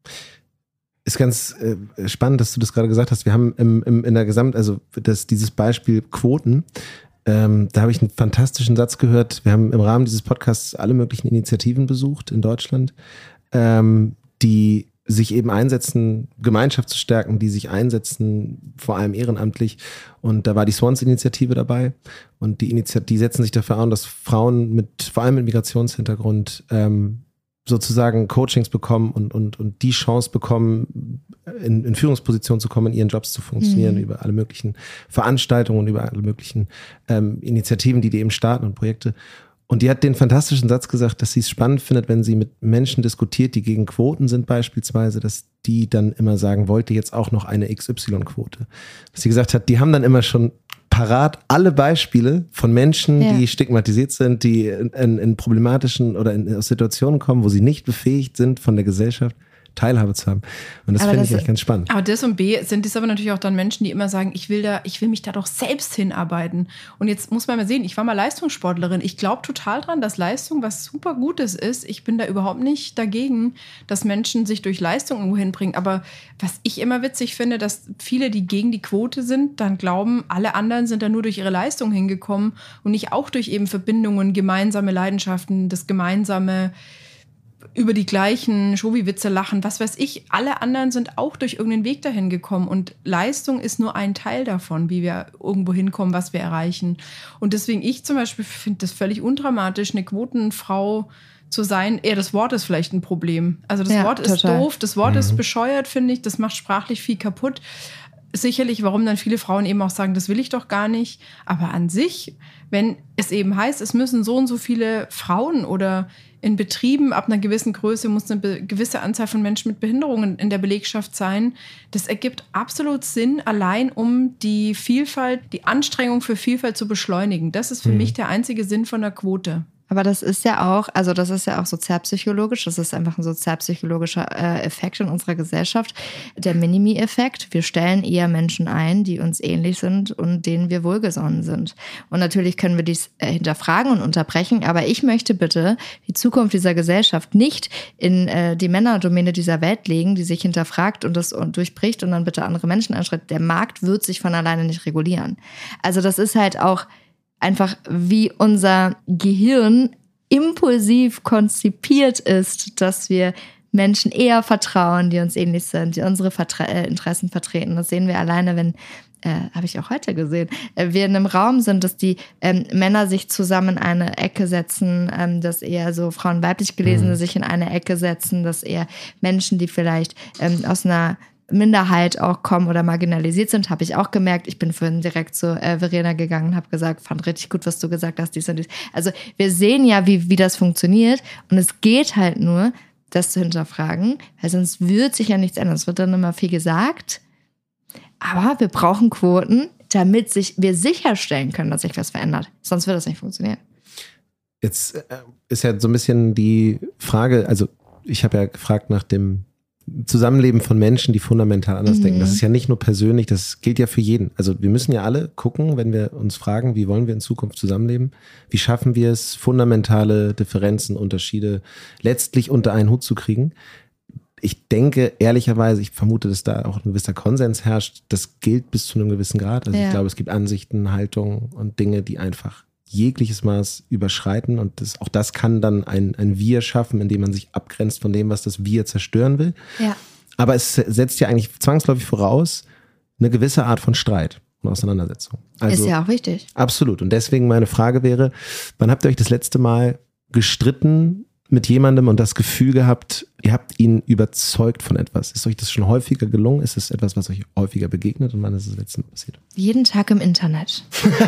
Ist ganz äh, spannend, dass du das gerade gesagt hast. Wir haben im, im, in der Gesamt, also das, dieses Beispiel Quoten, ähm, da habe ich einen fantastischen Satz gehört. Wir haben im Rahmen dieses Podcasts alle möglichen Initiativen besucht in Deutschland, ähm, die sich eben einsetzen, Gemeinschaft zu stärken, die sich einsetzen, vor allem ehrenamtlich. Und da war die Swans-Initiative dabei. Und die Initiative, die setzen sich dafür an, dass Frauen mit, vor allem mit Migrationshintergrund, ähm, sozusagen Coachings bekommen und, und, und die Chance bekommen, in, in Führungspositionen zu kommen, in ihren Jobs zu funktionieren, mhm. über alle möglichen Veranstaltungen und über alle möglichen ähm, Initiativen, die die eben starten und Projekte. Und die hat den fantastischen Satz gesagt, dass sie es spannend findet, wenn sie mit Menschen diskutiert, die gegen Quoten sind beispielsweise, dass die dann immer sagen, wollt ihr jetzt auch noch eine X Y-Quote? Dass sie gesagt hat, die haben dann immer schon parat alle Beispiele von Menschen, ja. die stigmatisiert sind, die in, in, in problematischen oder in, in Situationen kommen, wo sie nicht befähigt sind, von der Gesellschaft Teilhabe zu haben. Und das finde ich echt ganz spannend. Aber das und B sind das aber natürlich auch dann Menschen, die immer sagen, ich will da, ich will mich da doch selbst hinarbeiten. Und jetzt muss man mal sehen, ich war mal Leistungssportlerin. Ich glaube total dran, dass Leistung was super Gutes ist. Ich bin da überhaupt nicht dagegen, dass Menschen sich durch Leistung irgendwo hinbringen. Aber was ich immer witzig finde, dass viele, die gegen die Quote sind, dann glauben, alle anderen sind da nur durch ihre Leistung hingekommen und nicht auch durch eben Verbindungen, gemeinsame Leidenschaften, das gemeinsame über die gleichen Schovi-Witze lachen, was weiß ich. Alle anderen sind auch durch irgendeinen Weg dahin gekommen und Leistung ist nur ein Teil davon, wie wir irgendwo hinkommen, was wir erreichen. Und deswegen ich zum Beispiel finde das völlig undramatisch, eine Quotenfrau zu sein. Eher das Wort ist vielleicht ein Problem. Also das Ja, Wort ist total. doof, das Wort Mhm. ist bescheuert, finde ich. Das macht sprachlich viel kaputt. Sicherlich, warum dann viele Frauen eben auch sagen, das will ich doch gar nicht. Aber an sich, wenn es eben heißt, es müssen so und so viele Frauen oder in Betrieben ab einer gewissen Größe muss eine be- gewisse Anzahl von Menschen mit Behinderungen in der Belegschaft sein, das ergibt absolut Sinn, allein um die Vielfalt, die Anstrengung für Vielfalt zu beschleunigen. Das ist für Mhm. mich der einzige Sinn von der Quote. Aber das ist ja auch, also das ist ja auch sozialpsychologisch, das ist einfach ein sozialpsychologischer äh, Effekt in unserer Gesellschaft, der Minimi-Effekt. Wir stellen eher Menschen ein, die uns ähnlich sind und denen wir wohlgesonnen sind. Und natürlich können wir dies äh, hinterfragen und unterbrechen, aber ich möchte bitte die Zukunft dieser Gesellschaft nicht in äh, die Männerdomäne dieser Welt legen, die sich hinterfragt und das und durchbricht und dann bitte andere Menschen anschreibt. Der Markt wird sich von alleine nicht regulieren. Also das ist halt auch einfach wie unser Gehirn impulsiv konzipiert ist, dass wir Menschen eher vertrauen, die uns ähnlich sind, die unsere Vertra- äh, Interessen vertreten. Das sehen wir alleine, wenn, äh, habe ich auch heute gesehen, äh, wir in einem Raum sind, dass die ähm, Männer sich zusammen in eine Ecke setzen, ähm, dass eher so Frauen weiblich Gelesene Mhm. sich in eine Ecke setzen, dass eher Menschen, die vielleicht ähm, aus einer Minderheit auch kommen oder marginalisiert sind, habe ich auch gemerkt. Ich bin vorhin direkt zu äh, Verena gegangen und habe gesagt, fand richtig gut, was du gesagt hast, dies und dies. Also wir sehen ja, wie, wie das funktioniert und es geht halt nur, das zu hinterfragen, weil sonst wird sich ja nichts ändern. Es wird dann immer viel gesagt, aber wir brauchen Quoten, damit sich, wir sicherstellen können, dass sich was verändert. Sonst wird das nicht funktionieren. Jetzt äh, ist ja so ein bisschen die Frage, also ich habe ja gefragt nach dem Zusammenleben von Menschen, die fundamental anders Mhm. denken. Das ist ja nicht nur persönlich, das gilt ja für jeden. Also wir müssen ja alle gucken, wenn wir uns fragen, wie wollen wir in Zukunft zusammenleben? Wie schaffen wir es, fundamentale Differenzen, Unterschiede letztlich unter einen Hut zu kriegen? Ich denke, ehrlicherweise, ich vermute, dass da auch ein gewisser Konsens herrscht. Das gilt bis zu einem gewissen Grad. Also Ja. ich glaube, es gibt Ansichten, Haltungen und Dinge, die einfach jegliches Maß überschreiten und das, auch das kann dann ein, ein Wir schaffen, indem man sich abgrenzt von dem, was das Wir zerstören will. Ja. Aber es setzt ja eigentlich zwangsläufig voraus eine gewisse Art von Streit und Auseinandersetzung. Also, Ist ja auch wichtig. absolut. Und deswegen meine Frage wäre, wann habt ihr euch das letzte Mal gestritten mit jemandem und das Gefühl gehabt, ihr habt ihn überzeugt von etwas? Ist euch das schon häufiger gelungen? Ist es etwas, was euch häufiger begegnet? Und wann ist es das letzte Mal passiert? Jeden Tag im Internet.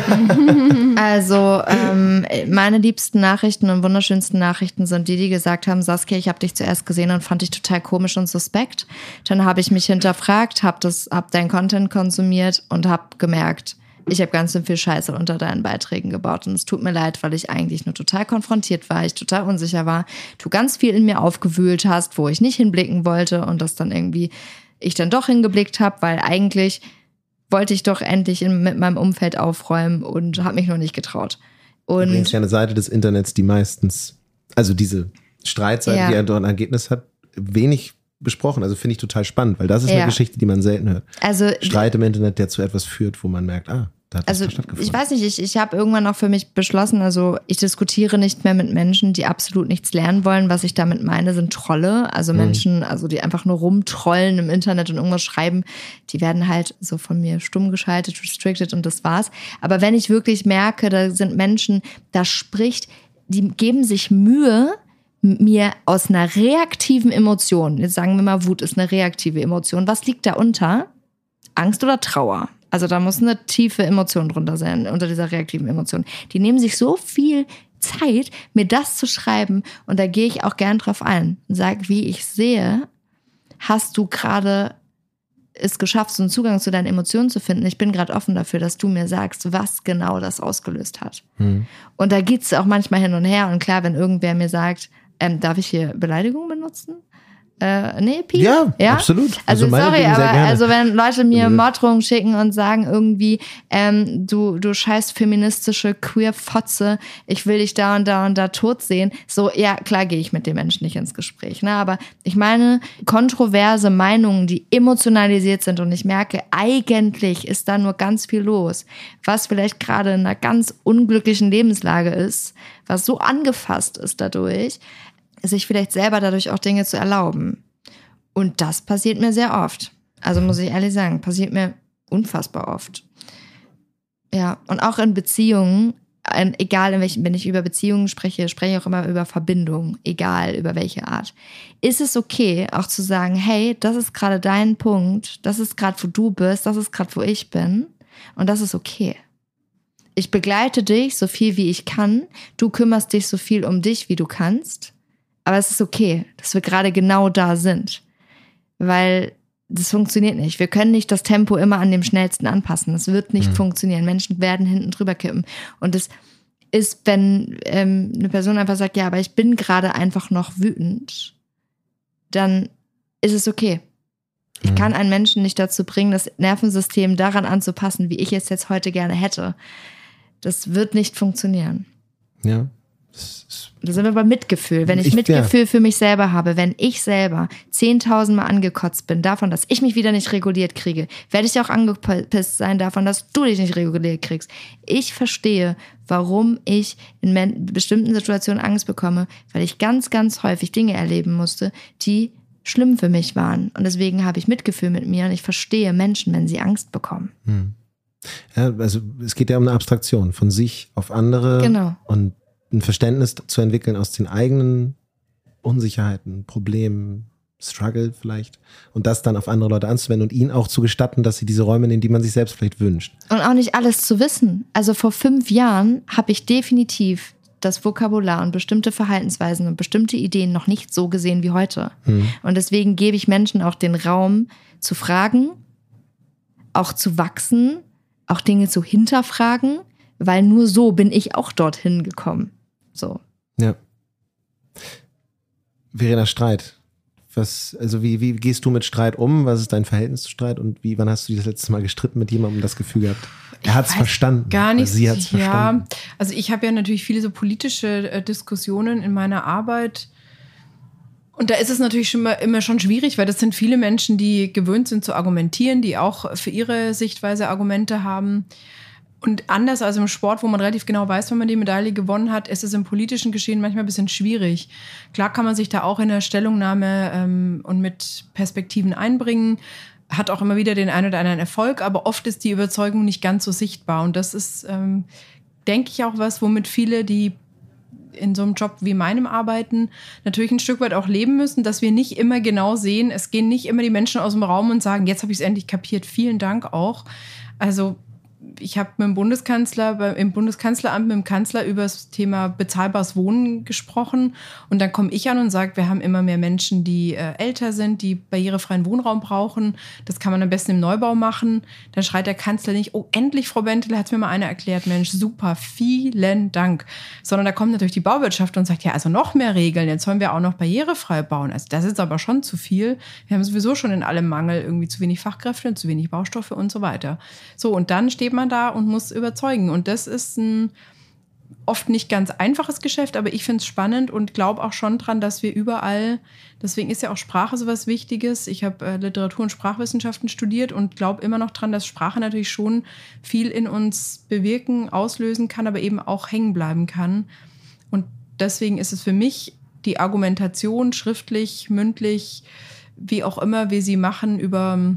Also ähm, meine liebsten Nachrichten und wunderschönsten Nachrichten sind die, die gesagt haben, Saskia, ich habe dich zuerst gesehen und fand dich total komisch und suspekt. Dann habe ich mich hinterfragt, habe das, hab dein Content konsumiert und habe gemerkt, ich habe ganz schön viel Scheiße unter deinen Beiträgen gebaut und es tut mir leid, weil ich eigentlich nur total konfrontiert war, ich total unsicher war, du ganz viel in mir aufgewühlt hast, wo ich nicht hinblicken wollte und das dann irgendwie ich dann doch hingeblickt habe, weil eigentlich wollte ich doch endlich in, mit meinem Umfeld aufräumen und habe mich noch nicht getraut. Und Übrigens ja eine Seite des Internets, die meistens, also diese Streitseite, Ja. die dort ein Ergebnis hat, wenig besprochen. Also finde ich total spannend, weil das ist Ja. eine Geschichte, die man selten hört. also Streit im Internet, der zu etwas führt, wo man merkt, ah, da hat Also was stattgefunden. ich weiß nicht, ich, ich habe irgendwann auch für mich beschlossen, also ich diskutiere nicht mehr mit Menschen, die absolut nichts lernen wollen. Was ich damit meine, sind Trolle. Also Menschen, also die einfach nur rumtrollen im Internet und irgendwas schreiben, die werden halt so von mir stumm geschaltet, restricted und das war's. Aber wenn ich wirklich merke, da sind Menschen, da spricht, die geben sich Mühe, mir aus einer reaktiven Emotion, jetzt sagen wir mal, Wut ist eine reaktive Emotion, was liegt da unter? Angst oder Trauer? Also da muss eine tiefe Emotion drunter sein, unter dieser reaktiven Emotion. Die nehmen sich so viel Zeit, mir das zu schreiben und da gehe ich auch gern drauf ein und sage, wie ich sehe, hast du gerade es geschafft, so einen Zugang zu deinen Emotionen zu finden. Ich bin gerade offen dafür, dass du mir sagst, was genau das ausgelöst hat. Hm. Und da geht's auch manchmal hin und her und klar, wenn irgendwer mir sagt, ähm, darf ich hier Beleidigung benutzen? Äh, nee, Piep. Ja, absolut. Also, Also sorry, meinetwegen sehr aber gerne. also wenn Leute mir Nö. Morddrohungen schicken und sagen irgendwie, ähm, du du scheiß feministische Queer-Fotze, ich will dich da und da und da tot sehen, so, ja, klar gehe ich mit dem Menschen nicht ins Gespräch, ne? Aber ich meine, kontroverse Meinungen, die emotionalisiert sind und ich merke, eigentlich ist da nur ganz viel los, was vielleicht gerade in einer ganz unglücklichen Lebenslage ist, was so angefasst ist dadurch, sich vielleicht selber dadurch auch Dinge zu erlauben. Und das passiert mir sehr oft. Also muss ich ehrlich sagen, passiert mir unfassbar oft. Ja, und auch in Beziehungen, egal in welchen, wenn ich über Beziehungen spreche, spreche ich auch immer über Verbindung, egal über welche Art. Ist es okay, auch zu sagen, hey, das ist gerade dein Punkt, das ist gerade, wo du bist, das ist gerade, wo ich bin und das ist okay. Ich begleite dich so viel, wie ich kann, du kümmerst dich so viel um dich, wie du kannst, aber es ist okay, dass wir gerade genau da sind, weil das funktioniert nicht. Wir können nicht das Tempo immer an dem schnellsten anpassen. Das wird nicht mhm. funktionieren. Menschen werden hinten drüber kippen. Und es ist, wenn ähm, eine Person einfach sagt, ja, aber ich bin gerade einfach noch wütend, dann ist es okay. Ich mhm. kann einen Menschen nicht dazu bringen, das Nervensystem daran anzupassen, wie ich es jetzt heute gerne hätte. Das wird nicht funktionieren. Ja. Da sind wir bei Mitgefühl. Wenn ich, ich Mitgefühl ja. für mich selber habe, wenn ich selber zehntausend Mal angekotzt bin davon, dass ich mich wieder nicht reguliert kriege, werde ich auch angepisst sein davon, dass du dich nicht reguliert kriegst. Ich verstehe, warum ich in men- bestimmten Situationen Angst bekomme, weil ich ganz, ganz häufig Dinge erleben musste, die schlimm für mich waren. Und deswegen habe ich Mitgefühl mit mir und ich verstehe Menschen, wenn sie Angst bekommen. Hm. Ja, also es geht ja um eine Abstraktion von sich auf andere. Genau. Und ein Verständnis zu entwickeln aus den eigenen Unsicherheiten, Problemen, Struggle vielleicht und das dann auf andere Leute anzuwenden und ihnen auch zu gestatten, dass sie diese Räume nehmen, die man sich selbst vielleicht wünscht. Und auch nicht alles zu wissen. Also vor fünf Jahren habe ich definitiv das Vokabular und bestimmte Verhaltensweisen und bestimmte Ideen noch nicht so gesehen wie heute. Hm. Und deswegen gebe ich Menschen auch den Raum zu fragen, auch zu wachsen, auch Dinge zu hinterfragen, weil nur so bin ich auch dorthin gekommen. So. Ja. Verena, Streit. Was, also wie, wie gehst du mit Streit um? Was ist dein Verhältnis zu Streit? Und wie, wann hast du das letzte Mal gestritten mit jemandem und das Gefühl gehabt, er hat es verstanden? Gar nicht. Sie hat's ja, verstanden. Also ich habe ja natürlich viele so politische äh, Diskussionen in meiner Arbeit. Und da ist es natürlich schon mal, immer schon schwierig, weil das sind viele Menschen, die gewöhnt sind zu argumentieren, die auch für ihre Sichtweise Argumente haben. Und anders als im Sport, wo man relativ genau weiß, wenn man die Medaille gewonnen hat, ist es im politischen Geschehen manchmal ein bisschen schwierig. Klar kann man sich da auch in der Stellungnahme ähm, und mit Perspektiven einbringen, hat auch immer wieder den einen oder anderen Erfolg, aber oft ist die Überzeugung nicht ganz so sichtbar. Und das ist, ähm, denke ich, auch was, womit viele, die in so einem Job wie meinem arbeiten, natürlich ein Stück weit auch leben müssen, dass wir nicht immer genau sehen, es gehen nicht immer die Menschen aus dem Raum und sagen, jetzt habe ich es endlich kapiert, vielen Dank auch. Also ich habe mit dem Bundeskanzler, im Bundeskanzleramt mit dem Kanzler über das Thema bezahlbares Wohnen gesprochen. Und dann komme ich an und sage, wir haben immer mehr Menschen, die äh, älter sind, die barrierefreien Wohnraum brauchen. Das kann man am besten im Neubau machen. Dann schreit der Kanzler nicht, oh, endlich, Frau Bentel, hat es mir mal einer erklärt. Mensch, super, vielen Dank. Sondern da kommt natürlich die Bauwirtschaft und sagt, ja, also noch mehr Regeln, jetzt sollen wir auch noch barrierefrei bauen. Also das ist aber schon zu viel. Wir haben sowieso schon in allem Mangel, irgendwie zu wenig Fachkräfte und zu wenig Baustoffe und so weiter. So, und dann steht man da und muss überzeugen. Und das ist ein oft nicht ganz einfaches Geschäft, aber ich finde es spannend und glaube auch schon dran, dass wir überall, deswegen ist ja auch Sprache so was Wichtiges. Ich habe äh, Literatur- und Sprachwissenschaften studiert und glaube immer noch dran, dass Sprache natürlich schon viel in uns bewirken, auslösen kann, aber eben auch hängen bleiben kann. Und deswegen ist es für mich die Argumentation, schriftlich, mündlich, wie auch immer wir sie machen, über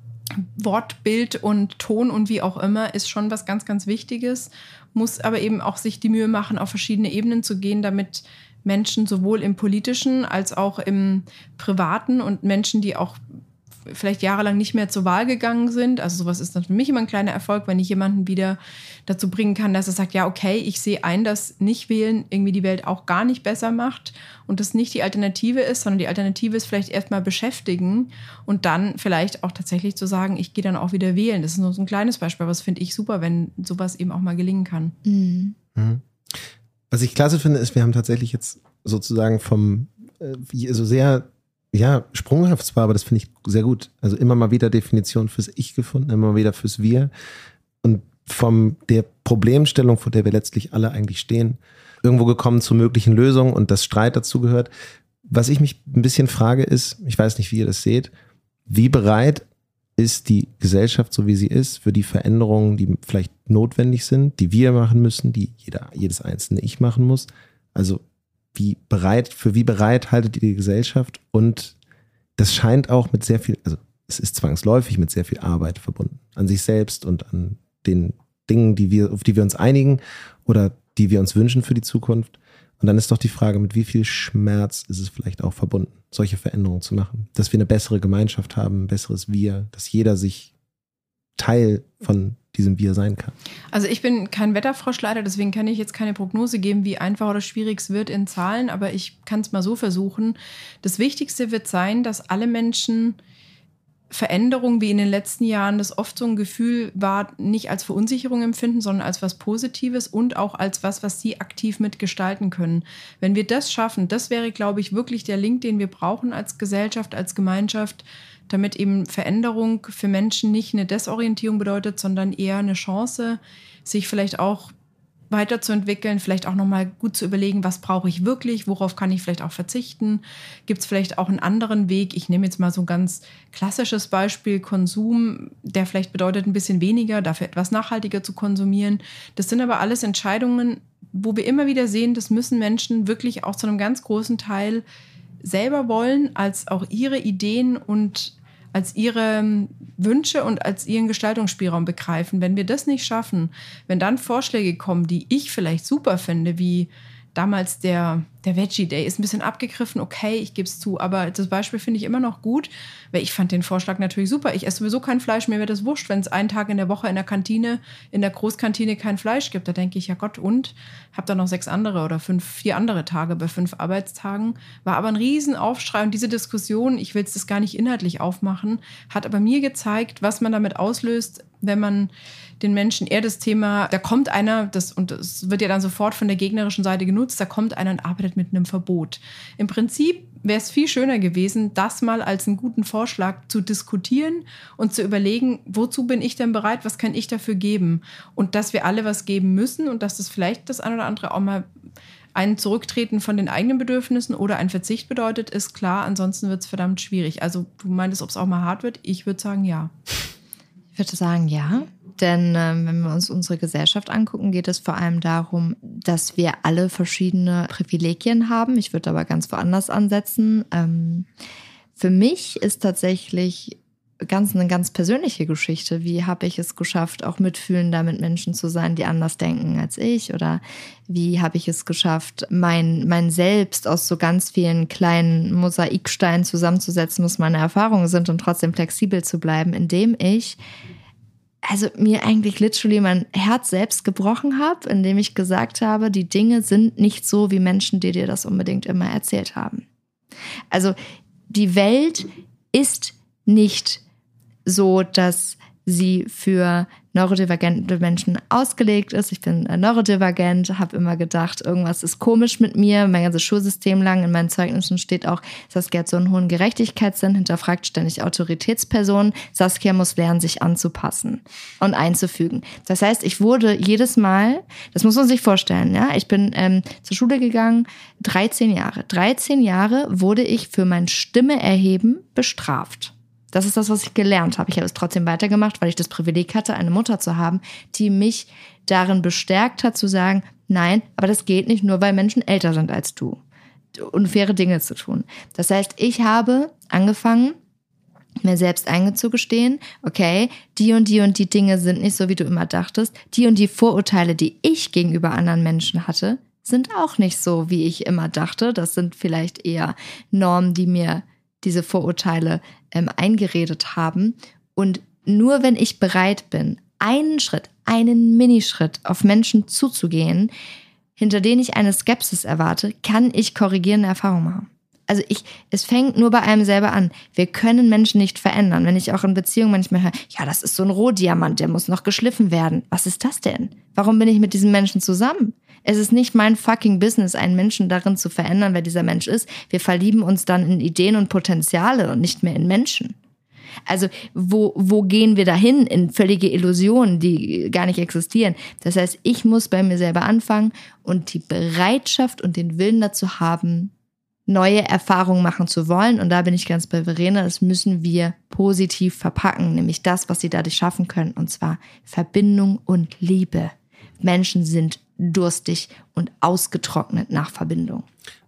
Wort, Bild und Ton und wie auch immer, ist schon was ganz, ganz Wichtiges, muss aber eben auch sich die Mühe machen, auf verschiedene Ebenen zu gehen, damit Menschen sowohl im Politischen als auch im Privaten und Menschen, die auch vielleicht jahrelang nicht mehr zur Wahl gegangen sind, also sowas ist dann für mich immer ein kleiner Erfolg, wenn ich jemanden wieder dazu bringen kann, dass er sagt, ja okay, ich sehe ein, dass Nicht-Wählen irgendwie die Welt auch gar nicht besser macht und das nicht die Alternative ist, sondern die Alternative ist vielleicht erstmal beschäftigen und dann vielleicht auch tatsächlich zu sagen, ich gehe dann auch wieder wählen. Das ist nur so ein kleines Beispiel, aber das finde ich super, wenn sowas eben auch mal gelingen kann. Mhm. Mhm. Was ich klasse finde, ist, wir haben tatsächlich jetzt sozusagen vom äh, so sehr ja, sprunghaft zwar, aber das finde ich sehr gut. Also immer mal wieder Definition fürs Ich gefunden, immer mal wieder fürs Wir. Und von der Problemstellung, vor der wir letztlich alle eigentlich stehen, irgendwo gekommen zu möglichen Lösungen und das Streit dazu gehört. Was ich mich ein bisschen frage ist, ich weiß nicht, wie ihr das seht, wie bereit ist die Gesellschaft, so wie sie ist, für die Veränderungen, die vielleicht notwendig sind, die wir machen müssen, die jeder, jedes einzelne Ich machen muss. Also wie bereit, für wie bereit haltet ihr die Gesellschaft? Und das scheint auch mit sehr viel, also es ist zwangsläufig mit sehr viel Arbeit verbunden. An sich selbst und an den Dingen, die wir, auf die wir uns einigen oder die wir uns wünschen für die Zukunft. Und dann ist doch die Frage, mit wie viel Schmerz ist es vielleicht auch verbunden, solche Veränderungen zu machen. Dass wir eine bessere Gemeinschaft haben, ein besseres Wir, dass jeder sich Teil von diesem Wir sein kann. Also ich bin kein Wetterfrosch leider, deswegen kann ich jetzt keine Prognose geben, wie einfach oder schwierig es wird in Zahlen, aber ich kann es mal so versuchen. Das Wichtigste wird sein, dass alle Menschen Veränderung wie in den letzten Jahren das oft so ein Gefühl war, nicht als Verunsicherung empfinden, sondern als was Positives und auch als was, was sie aktiv mitgestalten können. Wenn wir das schaffen, das wäre, glaube ich, wirklich der Link, den wir brauchen als Gesellschaft, als Gemeinschaft, damit eben Veränderung für Menschen nicht eine Desorientierung bedeutet, sondern eher eine Chance, sich vielleicht auch weiterzuentwickeln, vielleicht auch nochmal gut zu überlegen, was brauche ich wirklich, worauf kann ich vielleicht auch verzichten, gibt es vielleicht auch einen anderen Weg. Ich nehme jetzt mal so ein ganz klassisches Beispiel, Konsum, der vielleicht bedeutet, ein bisschen weniger, dafür etwas nachhaltiger zu konsumieren. Das sind aber alles Entscheidungen, wo wir immer wieder sehen, das müssen Menschen wirklich auch zu einem ganz großen Teil selber wollen, als auch ihre Ideen und als ihre Wünsche und als ihren Gestaltungsspielraum begreifen. Wenn wir das nicht schaffen, wenn dann Vorschläge kommen, die ich vielleicht super finde, wie damals der, der Veggie Day, ist ein bisschen abgegriffen, okay, ich gebe es zu, aber das Beispiel finde ich immer noch gut, weil ich fand den Vorschlag natürlich super. Ich esse sowieso kein Fleisch, mir wird das wurscht, wenn es einen Tag in der Woche in der Kantine, in der Großkantine kein Fleisch gibt. Da denke ich, ja Gott, und? Hab dann noch sechs andere oder fünf, vier andere Tage bei fünf Arbeitstagen. War aber ein Riesenaufschrei und diese Diskussion, ich will es das gar nicht inhaltlich aufmachen, hat aber mir gezeigt, was man damit auslöst, wenn man den Menschen eher das Thema, da kommt einer, das, und das wird ja dann sofort von der gegnerischen Seite genutzt, da kommt einer und arbeitet mit einem Verbot. Im Prinzip wäre es viel schöner gewesen, das mal als einen guten Vorschlag zu diskutieren und zu überlegen, wozu bin ich denn bereit, was kann ich dafür geben? Und dass wir alle was geben müssen und dass das vielleicht das ein oder andere auch mal ein Zurücktreten von den eigenen Bedürfnissen oder ein Verzicht bedeutet, ist klar, ansonsten wird es verdammt schwierig. Also du meintest, ob es auch mal hart wird? Ich würde sagen, ja. Ich würde sagen, ja. Denn ähm, wenn wir uns unsere Gesellschaft angucken, geht es vor allem darum, dass wir alle verschiedene Privilegien haben. Ich würde aber ganz woanders ansetzen. Ähm, für mich ist tatsächlich ganz eine ganz persönliche Geschichte. Wie habe ich es geschafft, auch mitfühlender mit Menschen zu sein, die anders denken als ich? Oder wie habe ich es geschafft, mein, mein Selbst aus so ganz vielen kleinen Mosaiksteinen zusammenzusetzen, was meine Erfahrungen sind und trotzdem flexibel zu bleiben, indem ich also mir eigentlich literally mein Herz selbst gebrochen habe, indem ich gesagt habe, die Dinge sind nicht so, wie Menschen, die dir das unbedingt immer erzählt haben. Also die Welt ist nicht so, dass sie für neurodivergente Menschen ausgelegt ist. Ich bin neurodivergent, habe immer gedacht, irgendwas ist komisch mit mir. Mein ganzes Schulsystem lang in meinen Zeugnissen steht auch, Saskia hat so einen hohen Gerechtigkeitssinn, hinterfragt ständig Autoritätspersonen. Saskia muss lernen, sich anzupassen und einzufügen. Das heißt, ich wurde jedes Mal, das muss man sich vorstellen, ja, ich bin ähm, zur Schule gegangen, dreizehn Jahre. dreizehn Jahre wurde ich für mein Stimme erheben bestraft. Das ist das, was ich gelernt habe. Ich habe es trotzdem weitergemacht, weil ich das Privileg hatte, eine Mutter zu haben, die mich darin bestärkt hat, zu sagen, nein, aber das geht nicht nur, weil Menschen älter sind als du. Unfaire Dinge zu tun. Das heißt, ich habe angefangen, mir selbst einzugestehen, okay, die und die und die Dinge sind nicht so, wie du immer dachtest. Die und die Vorurteile, die ich gegenüber anderen Menschen hatte, sind auch nicht so, wie ich immer dachte. Das sind vielleicht eher Normen, die mir diese Vorurteile ähm, eingeredet haben. Und nur wenn ich bereit bin, einen Schritt, einen Minischritt auf Menschen zuzugehen, hinter denen ich eine Skepsis erwarte, kann ich korrigierende Erfahrungen machen. Also ich, es fängt nur bei einem selber an. Wir können Menschen nicht verändern. Wenn ich auch in Beziehungen manchmal höre, ja, das ist so ein Rohdiamant, der muss noch geschliffen werden. Was ist das denn? Warum bin ich mit diesem Menschen zusammen? Es ist nicht mein fucking Business, einen Menschen darin zu verändern, wer dieser Mensch ist. Wir verlieben uns dann in Ideen und Potenziale und nicht mehr in Menschen. Also wo, wo gehen wir dahin? In völlige Illusionen, die gar nicht existieren. Das heißt, ich muss bei mir selber anfangen und die Bereitschaft und den Willen dazu haben, neue Erfahrungen machen zu wollen. Und da bin ich ganz bei Verena, das müssen wir positiv verpacken, nämlich das, was sie dadurch schaffen können, und zwar Verbindung und Liebe. Menschen sind durstig und ausgetrocknet nach Verbindung.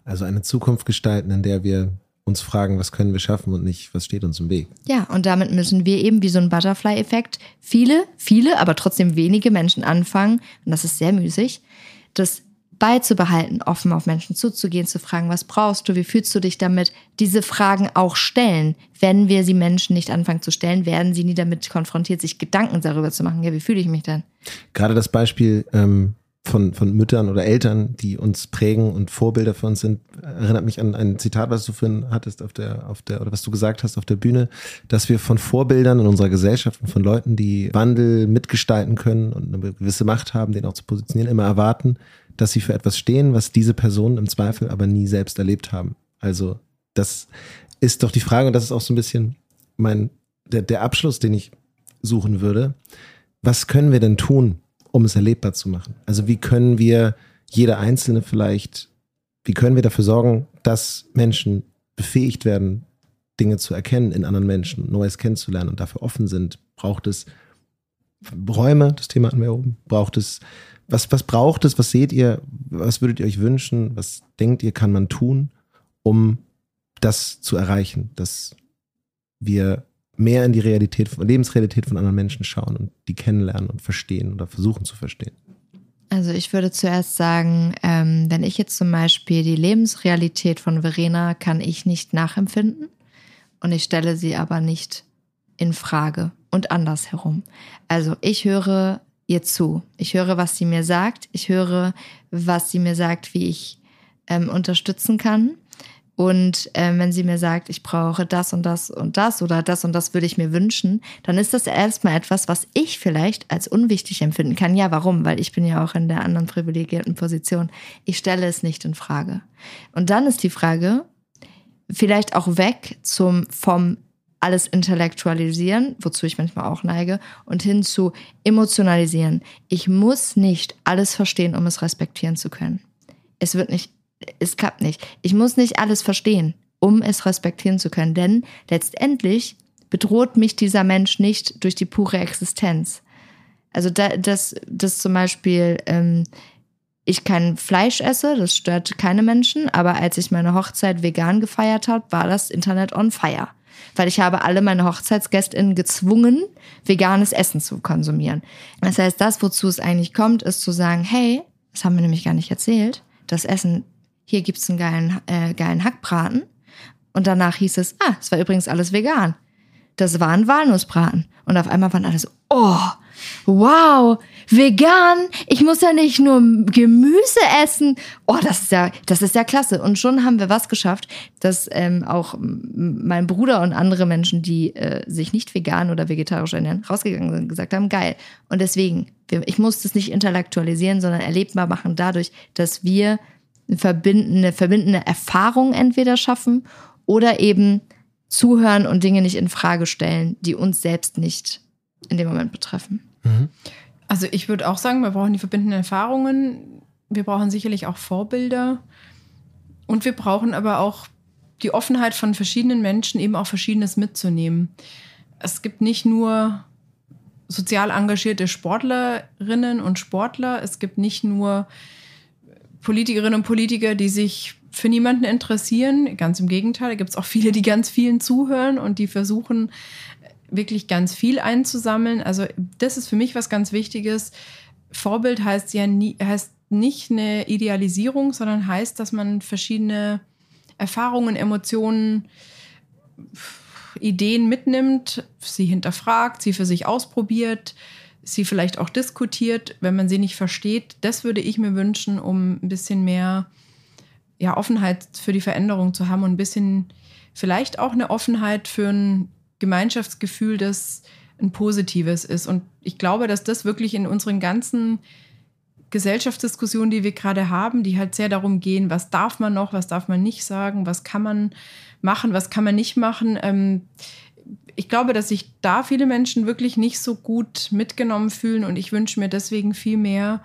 Also eine Zukunft gestalten, in der wir uns fragen, was können wir schaffen und nicht, was steht uns im Weg. Ja, und damit müssen wir eben wie so ein Butterfly-Effekt viele, viele, aber trotzdem wenige Menschen anfangen, und das ist sehr müßig, das beizubehalten, offen auf Menschen zuzugehen, zu fragen, was brauchst du, wie fühlst du dich damit, diese Fragen auch stellen. Wenn wir sie Menschen nicht anfangen zu stellen, werden sie nie damit konfrontiert, sich Gedanken darüber zu machen, ja, wie fühle ich mich denn? Gerade das Beispiel ähm, von, von Müttern oder Eltern, die uns prägen und Vorbilder für uns sind, erinnert mich an ein Zitat, was du vorhin hattest auf der, auf der, oder was du gesagt hast auf der Bühne, dass wir von Vorbildern in unserer Gesellschaft und von Leuten, die Wandel mitgestalten können und eine gewisse Macht haben, den auch zu positionieren, immer erwarten, dass sie für etwas stehen, was diese Personen im Zweifel aber nie selbst erlebt haben. Also das ist doch die Frage, und das ist auch so ein bisschen mein, der, der Abschluss, den ich suchen würde. Was können wir denn tun, um es erlebbar zu machen? Also wie können wir jeder Einzelne vielleicht, wie können wir dafür sorgen, dass Menschen befähigt werden, Dinge zu erkennen in anderen Menschen, Neues kennenzulernen und dafür offen sind? Braucht es Räume, das Thema hatten wir oben, braucht es Was, was braucht es? Was seht ihr? Was würdet ihr euch wünschen? Was denkt ihr, kann man tun, um das zu erreichen, dass wir mehr in die Realität, Lebensrealität von anderen Menschen schauen und die kennenlernen und verstehen oder versuchen zu verstehen? Also ich würde zuerst sagen, ähm, wenn ich jetzt zum Beispiel die Lebensrealität von Verena kann ich nicht nachempfinden und ich stelle sie aber nicht in Frage und andersherum. Also ich höre ihr zu. Ich höre, was sie mir sagt. Ich höre, was sie mir sagt, wie ich ähm, unterstützen kann. Und ähm, wenn sie mir sagt, ich brauche das und das und das oder das und das würde ich mir wünschen, dann ist das erstmal etwas, was ich vielleicht als unwichtig empfinden kann. Ja, warum? Weil ich bin ja auch in der anderen privilegierten Position. Ich stelle es nicht in Frage. Und dann ist die Frage, vielleicht auch weg zum vom alles intellektualisieren, wozu ich manchmal auch neige, und hin zu emotionalisieren. Ich muss nicht alles verstehen, um es respektieren zu können. Es wird nicht, es klappt nicht. Ich muss nicht alles verstehen, um es respektieren zu können, denn letztendlich bedroht mich dieser Mensch nicht durch die pure Existenz. Also da, das, das zum Beispiel, ähm, ich kein Fleisch esse, das stört keine Menschen, aber als ich meine Hochzeit vegan gefeiert habe, war das Internet on fire. Weil ich habe alle meine HochzeitsgästInnen gezwungen, veganes Essen zu konsumieren. Das heißt, das, wozu es eigentlich kommt, ist zu sagen, hey, das haben wir nämlich gar nicht erzählt, das Essen, hier gibt's einen geilen, äh, geilen Hackbraten. Und danach hieß es, ah, es war übrigens alles vegan. Das war ein Walnussbraten. Und auf einmal waren alle so, oh, wow, vegan, ich muss ja nicht nur Gemüse essen. Oh, das ist ja, das ist ja klasse. Und schon haben wir was geschafft, dass ähm, auch mein Bruder und andere Menschen, die äh, sich nicht vegan oder vegetarisch ernähren, rausgegangen sind und gesagt haben, geil. Und deswegen, wir, ich muss das nicht intellektualisieren, sondern erlebbar machen dadurch, dass wir eine verbindende, verbindende Erfahrung entweder schaffen oder eben zuhören und Dinge nicht in Frage stellen, die uns selbst nicht in dem Moment betreffen. Mhm. Also ich würde auch sagen, wir brauchen die verbindenden Erfahrungen. Wir brauchen sicherlich auch Vorbilder. Und wir brauchen aber auch die Offenheit von verschiedenen Menschen, eben auch Verschiedenes mitzunehmen. Es gibt nicht nur sozial engagierte Sportlerinnen und Sportler. Es gibt nicht nur Politikerinnen und Politiker, die sich für niemanden interessieren. Ganz im Gegenteil, da gibt es auch viele, die ganz vielen zuhören und die versuchen, wirklich ganz viel einzusammeln. Also das ist für mich was ganz Wichtiges. Vorbild heißt ja nie, heißt nicht eine Idealisierung, sondern heißt, dass man verschiedene Erfahrungen, Emotionen, Ideen mitnimmt, sie hinterfragt, sie für sich ausprobiert, sie vielleicht auch diskutiert, wenn man sie nicht versteht. Das würde ich mir wünschen, um ein bisschen mehr ja, Offenheit für die Veränderung zu haben und ein bisschen vielleicht auch eine Offenheit für ein Gemeinschaftsgefühl, das ein positives ist. Und ich glaube, dass das wirklich in unseren ganzen Gesellschaftsdiskussionen, die wir gerade haben, die halt sehr darum gehen, was darf man noch, was darf man nicht sagen, was kann man machen, was kann man nicht machen. Ähm, ich glaube, dass sich da viele Menschen wirklich nicht so gut mitgenommen fühlen und ich wünsche mir deswegen viel mehr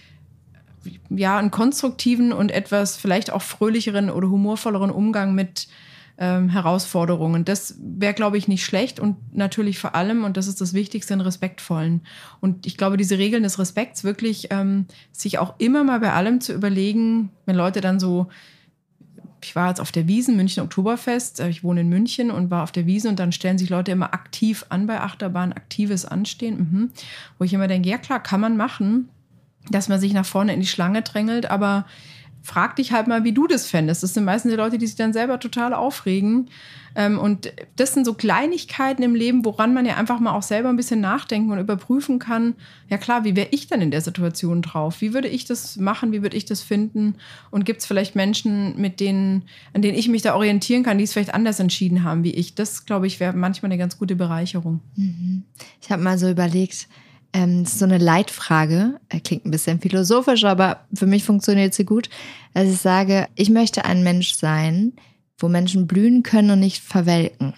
ja, einen konstruktiven und etwas vielleicht auch fröhlicheren oder humorvolleren Umgang mit ähm, Herausforderungen. Das wäre, glaube ich, nicht schlecht und natürlich vor allem, und das ist das Wichtigste, einen respektvollen. Und ich glaube, diese Regeln des Respekts wirklich ähm, sich auch immer mal bei allem zu überlegen, wenn Leute dann so ich war jetzt auf der Wiesn, München Oktoberfest, ich wohne in München und war auf der Wiesn und dann stellen sich Leute immer aktiv an bei Achterbahn, aktives Anstehen, mhm. wo ich immer denke, ja klar, kann man machen, dass man sich nach vorne in die Schlange drängelt, aber frag dich halt mal, wie du das fändest. Das sind meistens die Leute, die sich dann selber total aufregen. Und das sind so Kleinigkeiten im Leben, woran man ja einfach mal auch selber ein bisschen nachdenken und überprüfen kann. Ja klar, wie wäre ich denn in der Situation drauf? Wie würde ich das machen? Wie würde ich das finden? Und gibt es vielleicht Menschen, mit denen, an denen ich mich da orientieren kann, die es vielleicht anders entschieden haben wie ich? Das, glaube ich, wäre manchmal eine ganz gute Bereicherung. Ich habe mal so überlegt, Ähm, das ist so eine Leitfrage, klingt ein bisschen philosophisch, aber für mich funktioniert sie gut, dass ich sage, ich möchte ein Mensch sein, wo Menschen blühen können und nicht verwelken.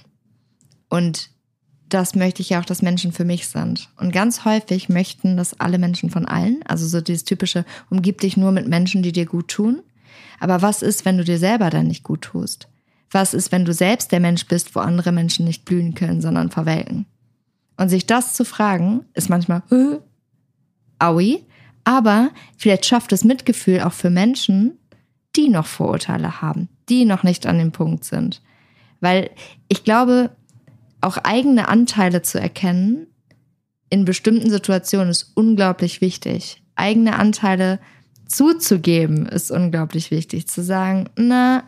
Und das möchte ich ja auch, dass Menschen für mich sind. Und ganz häufig möchten das alle Menschen von allen, also so dieses typische, umgib dich nur mit Menschen, die dir gut tun. Aber was ist, wenn du dir selber dann nicht gut tust? Was ist, wenn du selbst der Mensch bist, wo andere Menschen nicht blühen können, sondern verwelken? Und sich das zu fragen, ist manchmal, äh, aui, aber vielleicht schafft es Mitgefühl auch für Menschen, die noch Vorurteile haben, die noch nicht an dem Punkt sind. Weil ich glaube, auch eigene Anteile zu erkennen in bestimmten Situationen ist unglaublich wichtig. Eigene Anteile zuzugeben ist unglaublich wichtig. Zu sagen, na,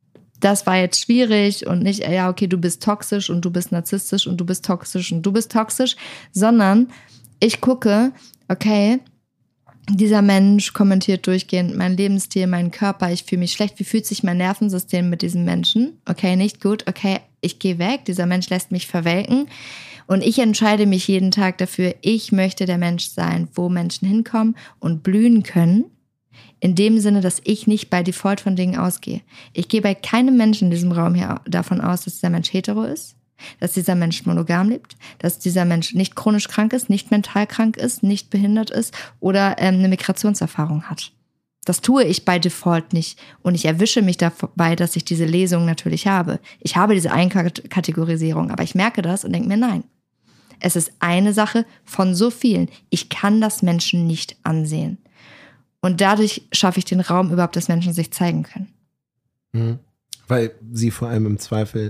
das war jetzt schwierig und nicht, ja, okay, du bist toxisch und du bist narzisstisch und du bist toxisch und du bist toxisch, sondern ich gucke, okay, dieser Mensch kommentiert durchgehend mein Lebensstil, meinen Körper, ich fühle mich schlecht, wie fühlt sich mein Nervensystem mit diesem Menschen? Okay, nicht gut, okay, ich gehe weg, dieser Mensch lässt mich verwelken und ich entscheide mich jeden Tag dafür, ich möchte der Mensch sein, wo Menschen hinkommen und blühen können. In dem Sinne, dass ich nicht bei Default von Dingen ausgehe. Ich gehe bei keinem Menschen in diesem Raum hier davon aus, dass dieser Mensch hetero ist, dass dieser Mensch monogam lebt, dass dieser Mensch nicht chronisch krank ist, nicht mental krank ist, nicht behindert ist oder ähm, eine Migrationserfahrung hat. Das tue ich bei Default nicht und ich erwische mich dabei, dass ich diese Lesung natürlich habe. Ich habe diese Einkategorisierung, aber ich merke das und denke mir, nein. Es ist eine Sache von so vielen. Ich kann das Menschen nicht ansehen. Und dadurch schaffe ich den Raum überhaupt, dass Menschen sich zeigen können. Mhm. Weil sie vor allem im Zweifel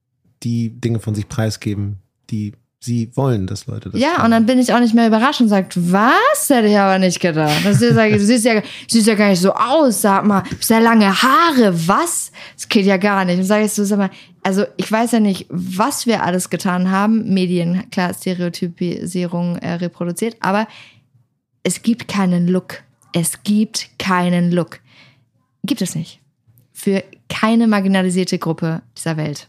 die Dinge von sich preisgeben, die sie wollen, dass Leute das Ja, tun. Und dann bin ich auch nicht mehr überrascht und sage, was? Hätte ich aber nicht gedacht. Das ist ja, du siehst ja, siehst ja gar nicht so aus, sag mal, sehr lange Haare, was? Das geht ja gar nicht. Und sage ich so, sag mal, also ich weiß ja nicht, was wir alles getan haben. Medien, klar, Stereotypisierung äh, reproduziert, aber es gibt keinen Look. Es gibt keinen Look. Gibt es nicht. Für keine marginalisierte Gruppe dieser Welt.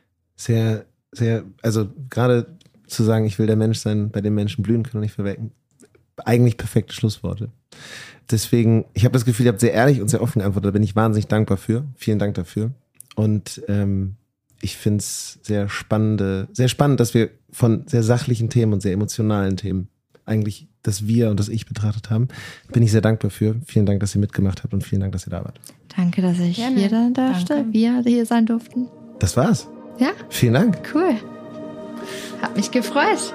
Sehr, sehr, also gerade zu sagen, ich will der Mensch sein, bei dem Menschen blühen können und nicht verwelken. Eigentlich perfekte Schlussworte. Deswegen, ich habe das Gefühl, ihr habt sehr ehrlich und sehr offen geantwortet. Da bin ich wahnsinnig dankbar für. Vielen Dank dafür. Und ähm, ich finde es sehr spannende, sehr spannend, dass wir von sehr sachlichen Themen und sehr emotionalen Themen eigentlich das Wir und das Ich betrachtet haben. Bin ich sehr dankbar für. Vielen Dank, dass ihr mitgemacht habt und vielen Dank, dass ihr da wart. Danke, dass ich Gerne. hier da durfte, wir hier sein durften. Das war's. Ja, Vielen Dank. cool. Hat mich gefreut.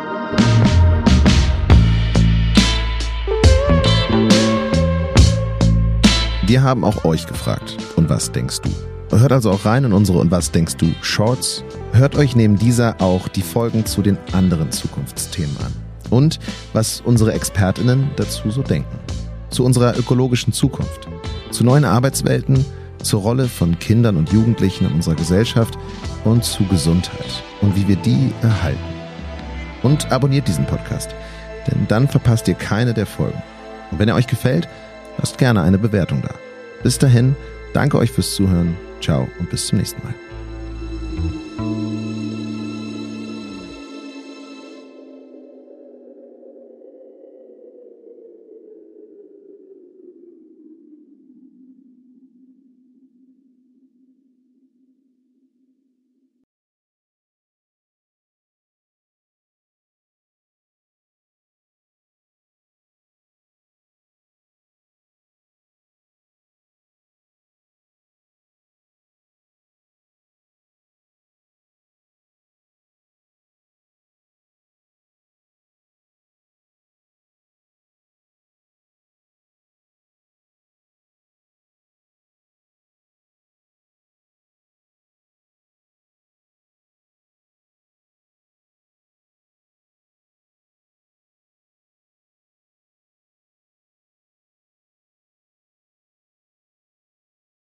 Wir haben auch euch gefragt. Und was denkst du? Hört also auch rein in unsere Und was denkst du Shorts. Hört euch neben dieser auch die Folgen zu den anderen Zukunftsthemen an. Und was unsere ExpertInnen dazu so denken. Zu unserer ökologischen Zukunft, zu neuen Arbeitswelten, zur Rolle von Kindern und Jugendlichen in unserer Gesellschaft und zu Gesundheit und wie wir die erhalten. Und abonniert diesen Podcast, denn dann verpasst ihr keine der Folgen. Und wenn er euch gefällt, lasst gerne eine Bewertung da. Bis dahin, danke euch fürs Zuhören, ciao und bis zum nächsten Mal.